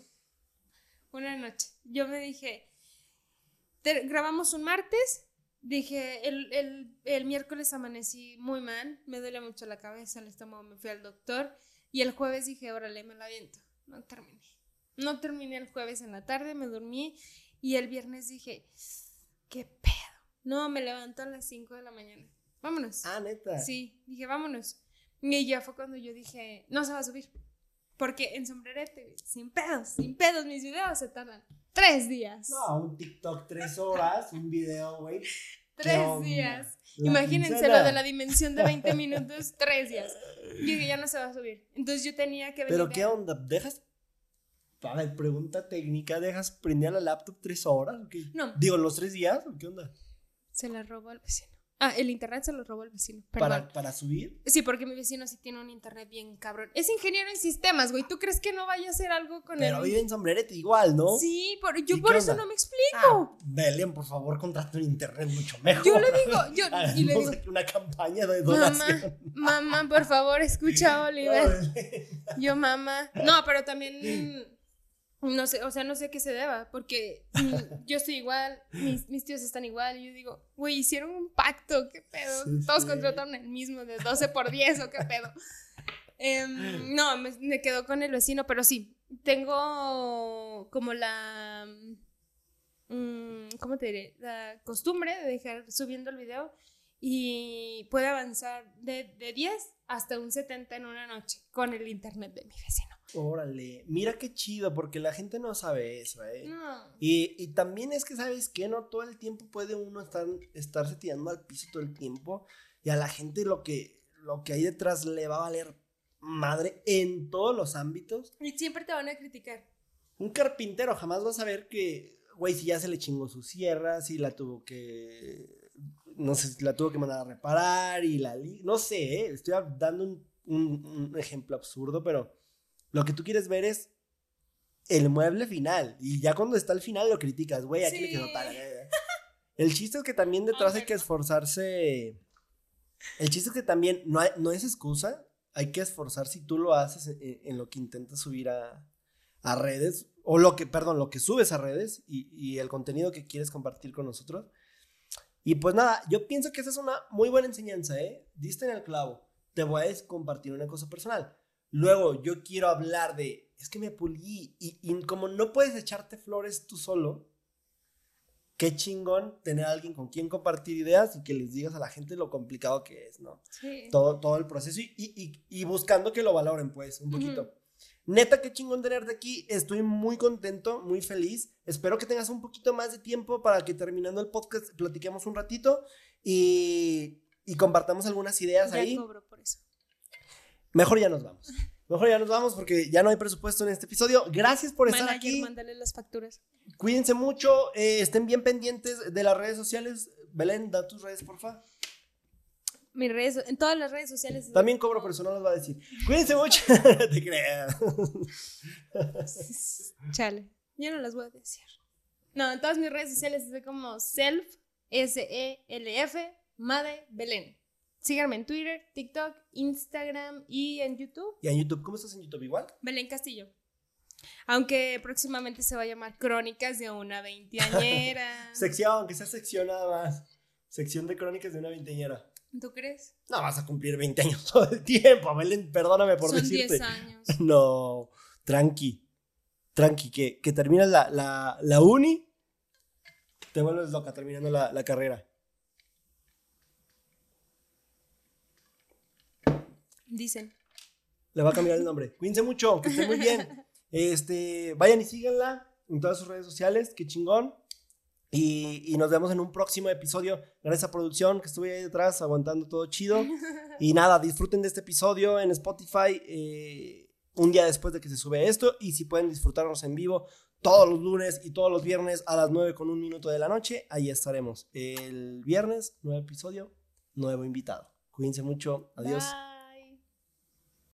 Una noche. Yo me dije, te, grabamos un martes, dije, el, el, el miércoles amanecí muy mal, me duele mucho la cabeza, el estómago, me fui al doctor, y el jueves dije, órale, me la aviento. No terminé. No terminé el jueves en la tarde, me dormí, y el viernes dije, ¿qué pedo? No, me levanto a las cinco de la mañana. Vámonos. Ah, ¿neta? Sí, dije, vámonos. Y ya fue cuando yo dije, no se va a subir. Porque en sombrerete, sin pedos, sin pedos, mis videos se tardan tres días. No, un TikTok tres horas, un video, güey. Tres días. Imagínense lo de la dimensión de veinte minutos, tres días. Yo dije, ya no se va a subir. Entonces yo tenía que venir. ¿Pero qué onda? ¿Dejas? A ver, pregunta técnica, ¿dejas prender la laptop tres horas? ¿O qué? No. Digo, ¿los tres días? ¿O qué onda? Se la robó al vecino. Ah, el internet se lo robó el vecino. ¿Para, ¿Para subir? Sí, porque mi vecino sí tiene un internet bien cabrón. Es ingeniero en sistemas, güey. ¿Tú crees que no vaya a hacer algo con él? Pero vive en Sombrerete igual, ¿no? Sí, por, yo por eso onda? no me explico. Ah, Belén, por favor, contrata un internet mucho mejor. Yo le digo, yo y le digo, una campaña de donación. Mamá, mamá, por favor, escucha a Oliver. Yo, mamá. No, pero también... No sé, o sea, no sé a qué se deba, porque yo estoy igual, mis, mis tíos están igual, y yo digo, güey, hicieron un pacto, qué pedo, sí, todos sí. contrataron el mismo de doce por diez, o qué pedo. Eh, no, me, me quedo con el vecino, pero sí, tengo como la, um, ¿cómo te diré? La costumbre de dejar subiendo el video y puede avanzar de, de diez hasta un setenta en una noche con el internet de mi vecino. Órale, mira qué chido, porque la gente no sabe eso, ¿eh? No. Y, y también es que, ¿sabes qué? No todo el tiempo puede uno estar, estarse tirando al piso todo el tiempo, y a la gente lo que, lo que hay detrás le va a valer madre en todos los ámbitos. Y siempre te van a criticar. Un carpintero jamás va a saber que, güey, si ya se le chingó su sierra, si la tuvo que, no sé, si la tuvo que mandar a reparar, y la, no sé, ¿eh? Estoy dando un, un, un ejemplo absurdo, pero... Lo que tú quieres ver es el mueble final. Y ya cuando está al final lo criticas. Güey, aquí sí. le quedó tal. El chiste es que también detrás hay que esforzarse. El chiste es que también no, hay, no es excusa. Hay que esforzar si tú lo haces en, en lo que intentas subir a, a redes. O lo que, perdón, lo que subes a redes. Y, y el contenido que quieres compartir con nosotros. Y pues nada, yo pienso que esa es una muy buena enseñanza, ¿eh? Diste en el clavo. Te voy a compartir una cosa personal. Luego yo quiero hablar de, es que me pulí y, y como no puedes echarte flores tú solo, qué chingón tener a alguien con quien compartir ideas y que les digas a la gente lo complicado que es, ¿no? Sí. Todo, todo el proceso y, y, y buscando que lo valoren, pues, un poquito. Uh-huh. Neta, qué chingón tenerte aquí, estoy muy contento, muy feliz, espero que tengas un poquito más de tiempo para que terminando el podcast platiquemos un ratito y, y compartamos algunas ideas ya ahí. Ya cobro por eso. Mejor ya nos vamos. Mejor ya nos vamos porque ya no hay presupuesto en este episodio. Gracias por estar Manager, aquí. Mándale las facturas. Cuídense mucho. Eh, estén bien pendientes de las redes sociales. Belén, da tus redes, porfa. Mis redes, en todas las redes sociales. También cobro, pero eso no los va a decir. Cuídense mucho. No te creas. Chale. Yo no las voy a decir. No, en todas mis redes sociales estoy como self, S E L F, Made Belén. Síganme en Twitter, TikTok, Instagram y en YouTube. ¿Y en YouTube? ¿Cómo estás en YouTube? ¿Igual? Belén Castillo. Aunque próximamente se va a llamar Crónicas de una veinteañera. Sección, aunque sea sección nada más. Sección de Crónicas de una veinteañera. ¿Tú crees? No, vas a cumplir veinte años todo el tiempo, Belén, perdóname por Son decirte. diez años. No, tranqui. Tranqui, que, que terminas la, la, la uni, te vuelves loca terminando la, la carrera. Dicen. Le va a cambiar el nombre. Cuídense mucho, que estén muy bien. Este, vayan y síganla en todas sus redes sociales, qué chingón. Y, y nos vemos en un próximo episodio. Gracias a producción que estuve ahí detrás aguantando todo chido. Y nada, disfruten de este episodio en Spotify eh, un día después de que se sube esto. Y si pueden disfrutarnos en vivo todos los lunes y todos los viernes a las nueve con un minuto de la noche, ahí estaremos. El viernes, nuevo episodio, nuevo invitado. Cuídense mucho. Adiós. Bye.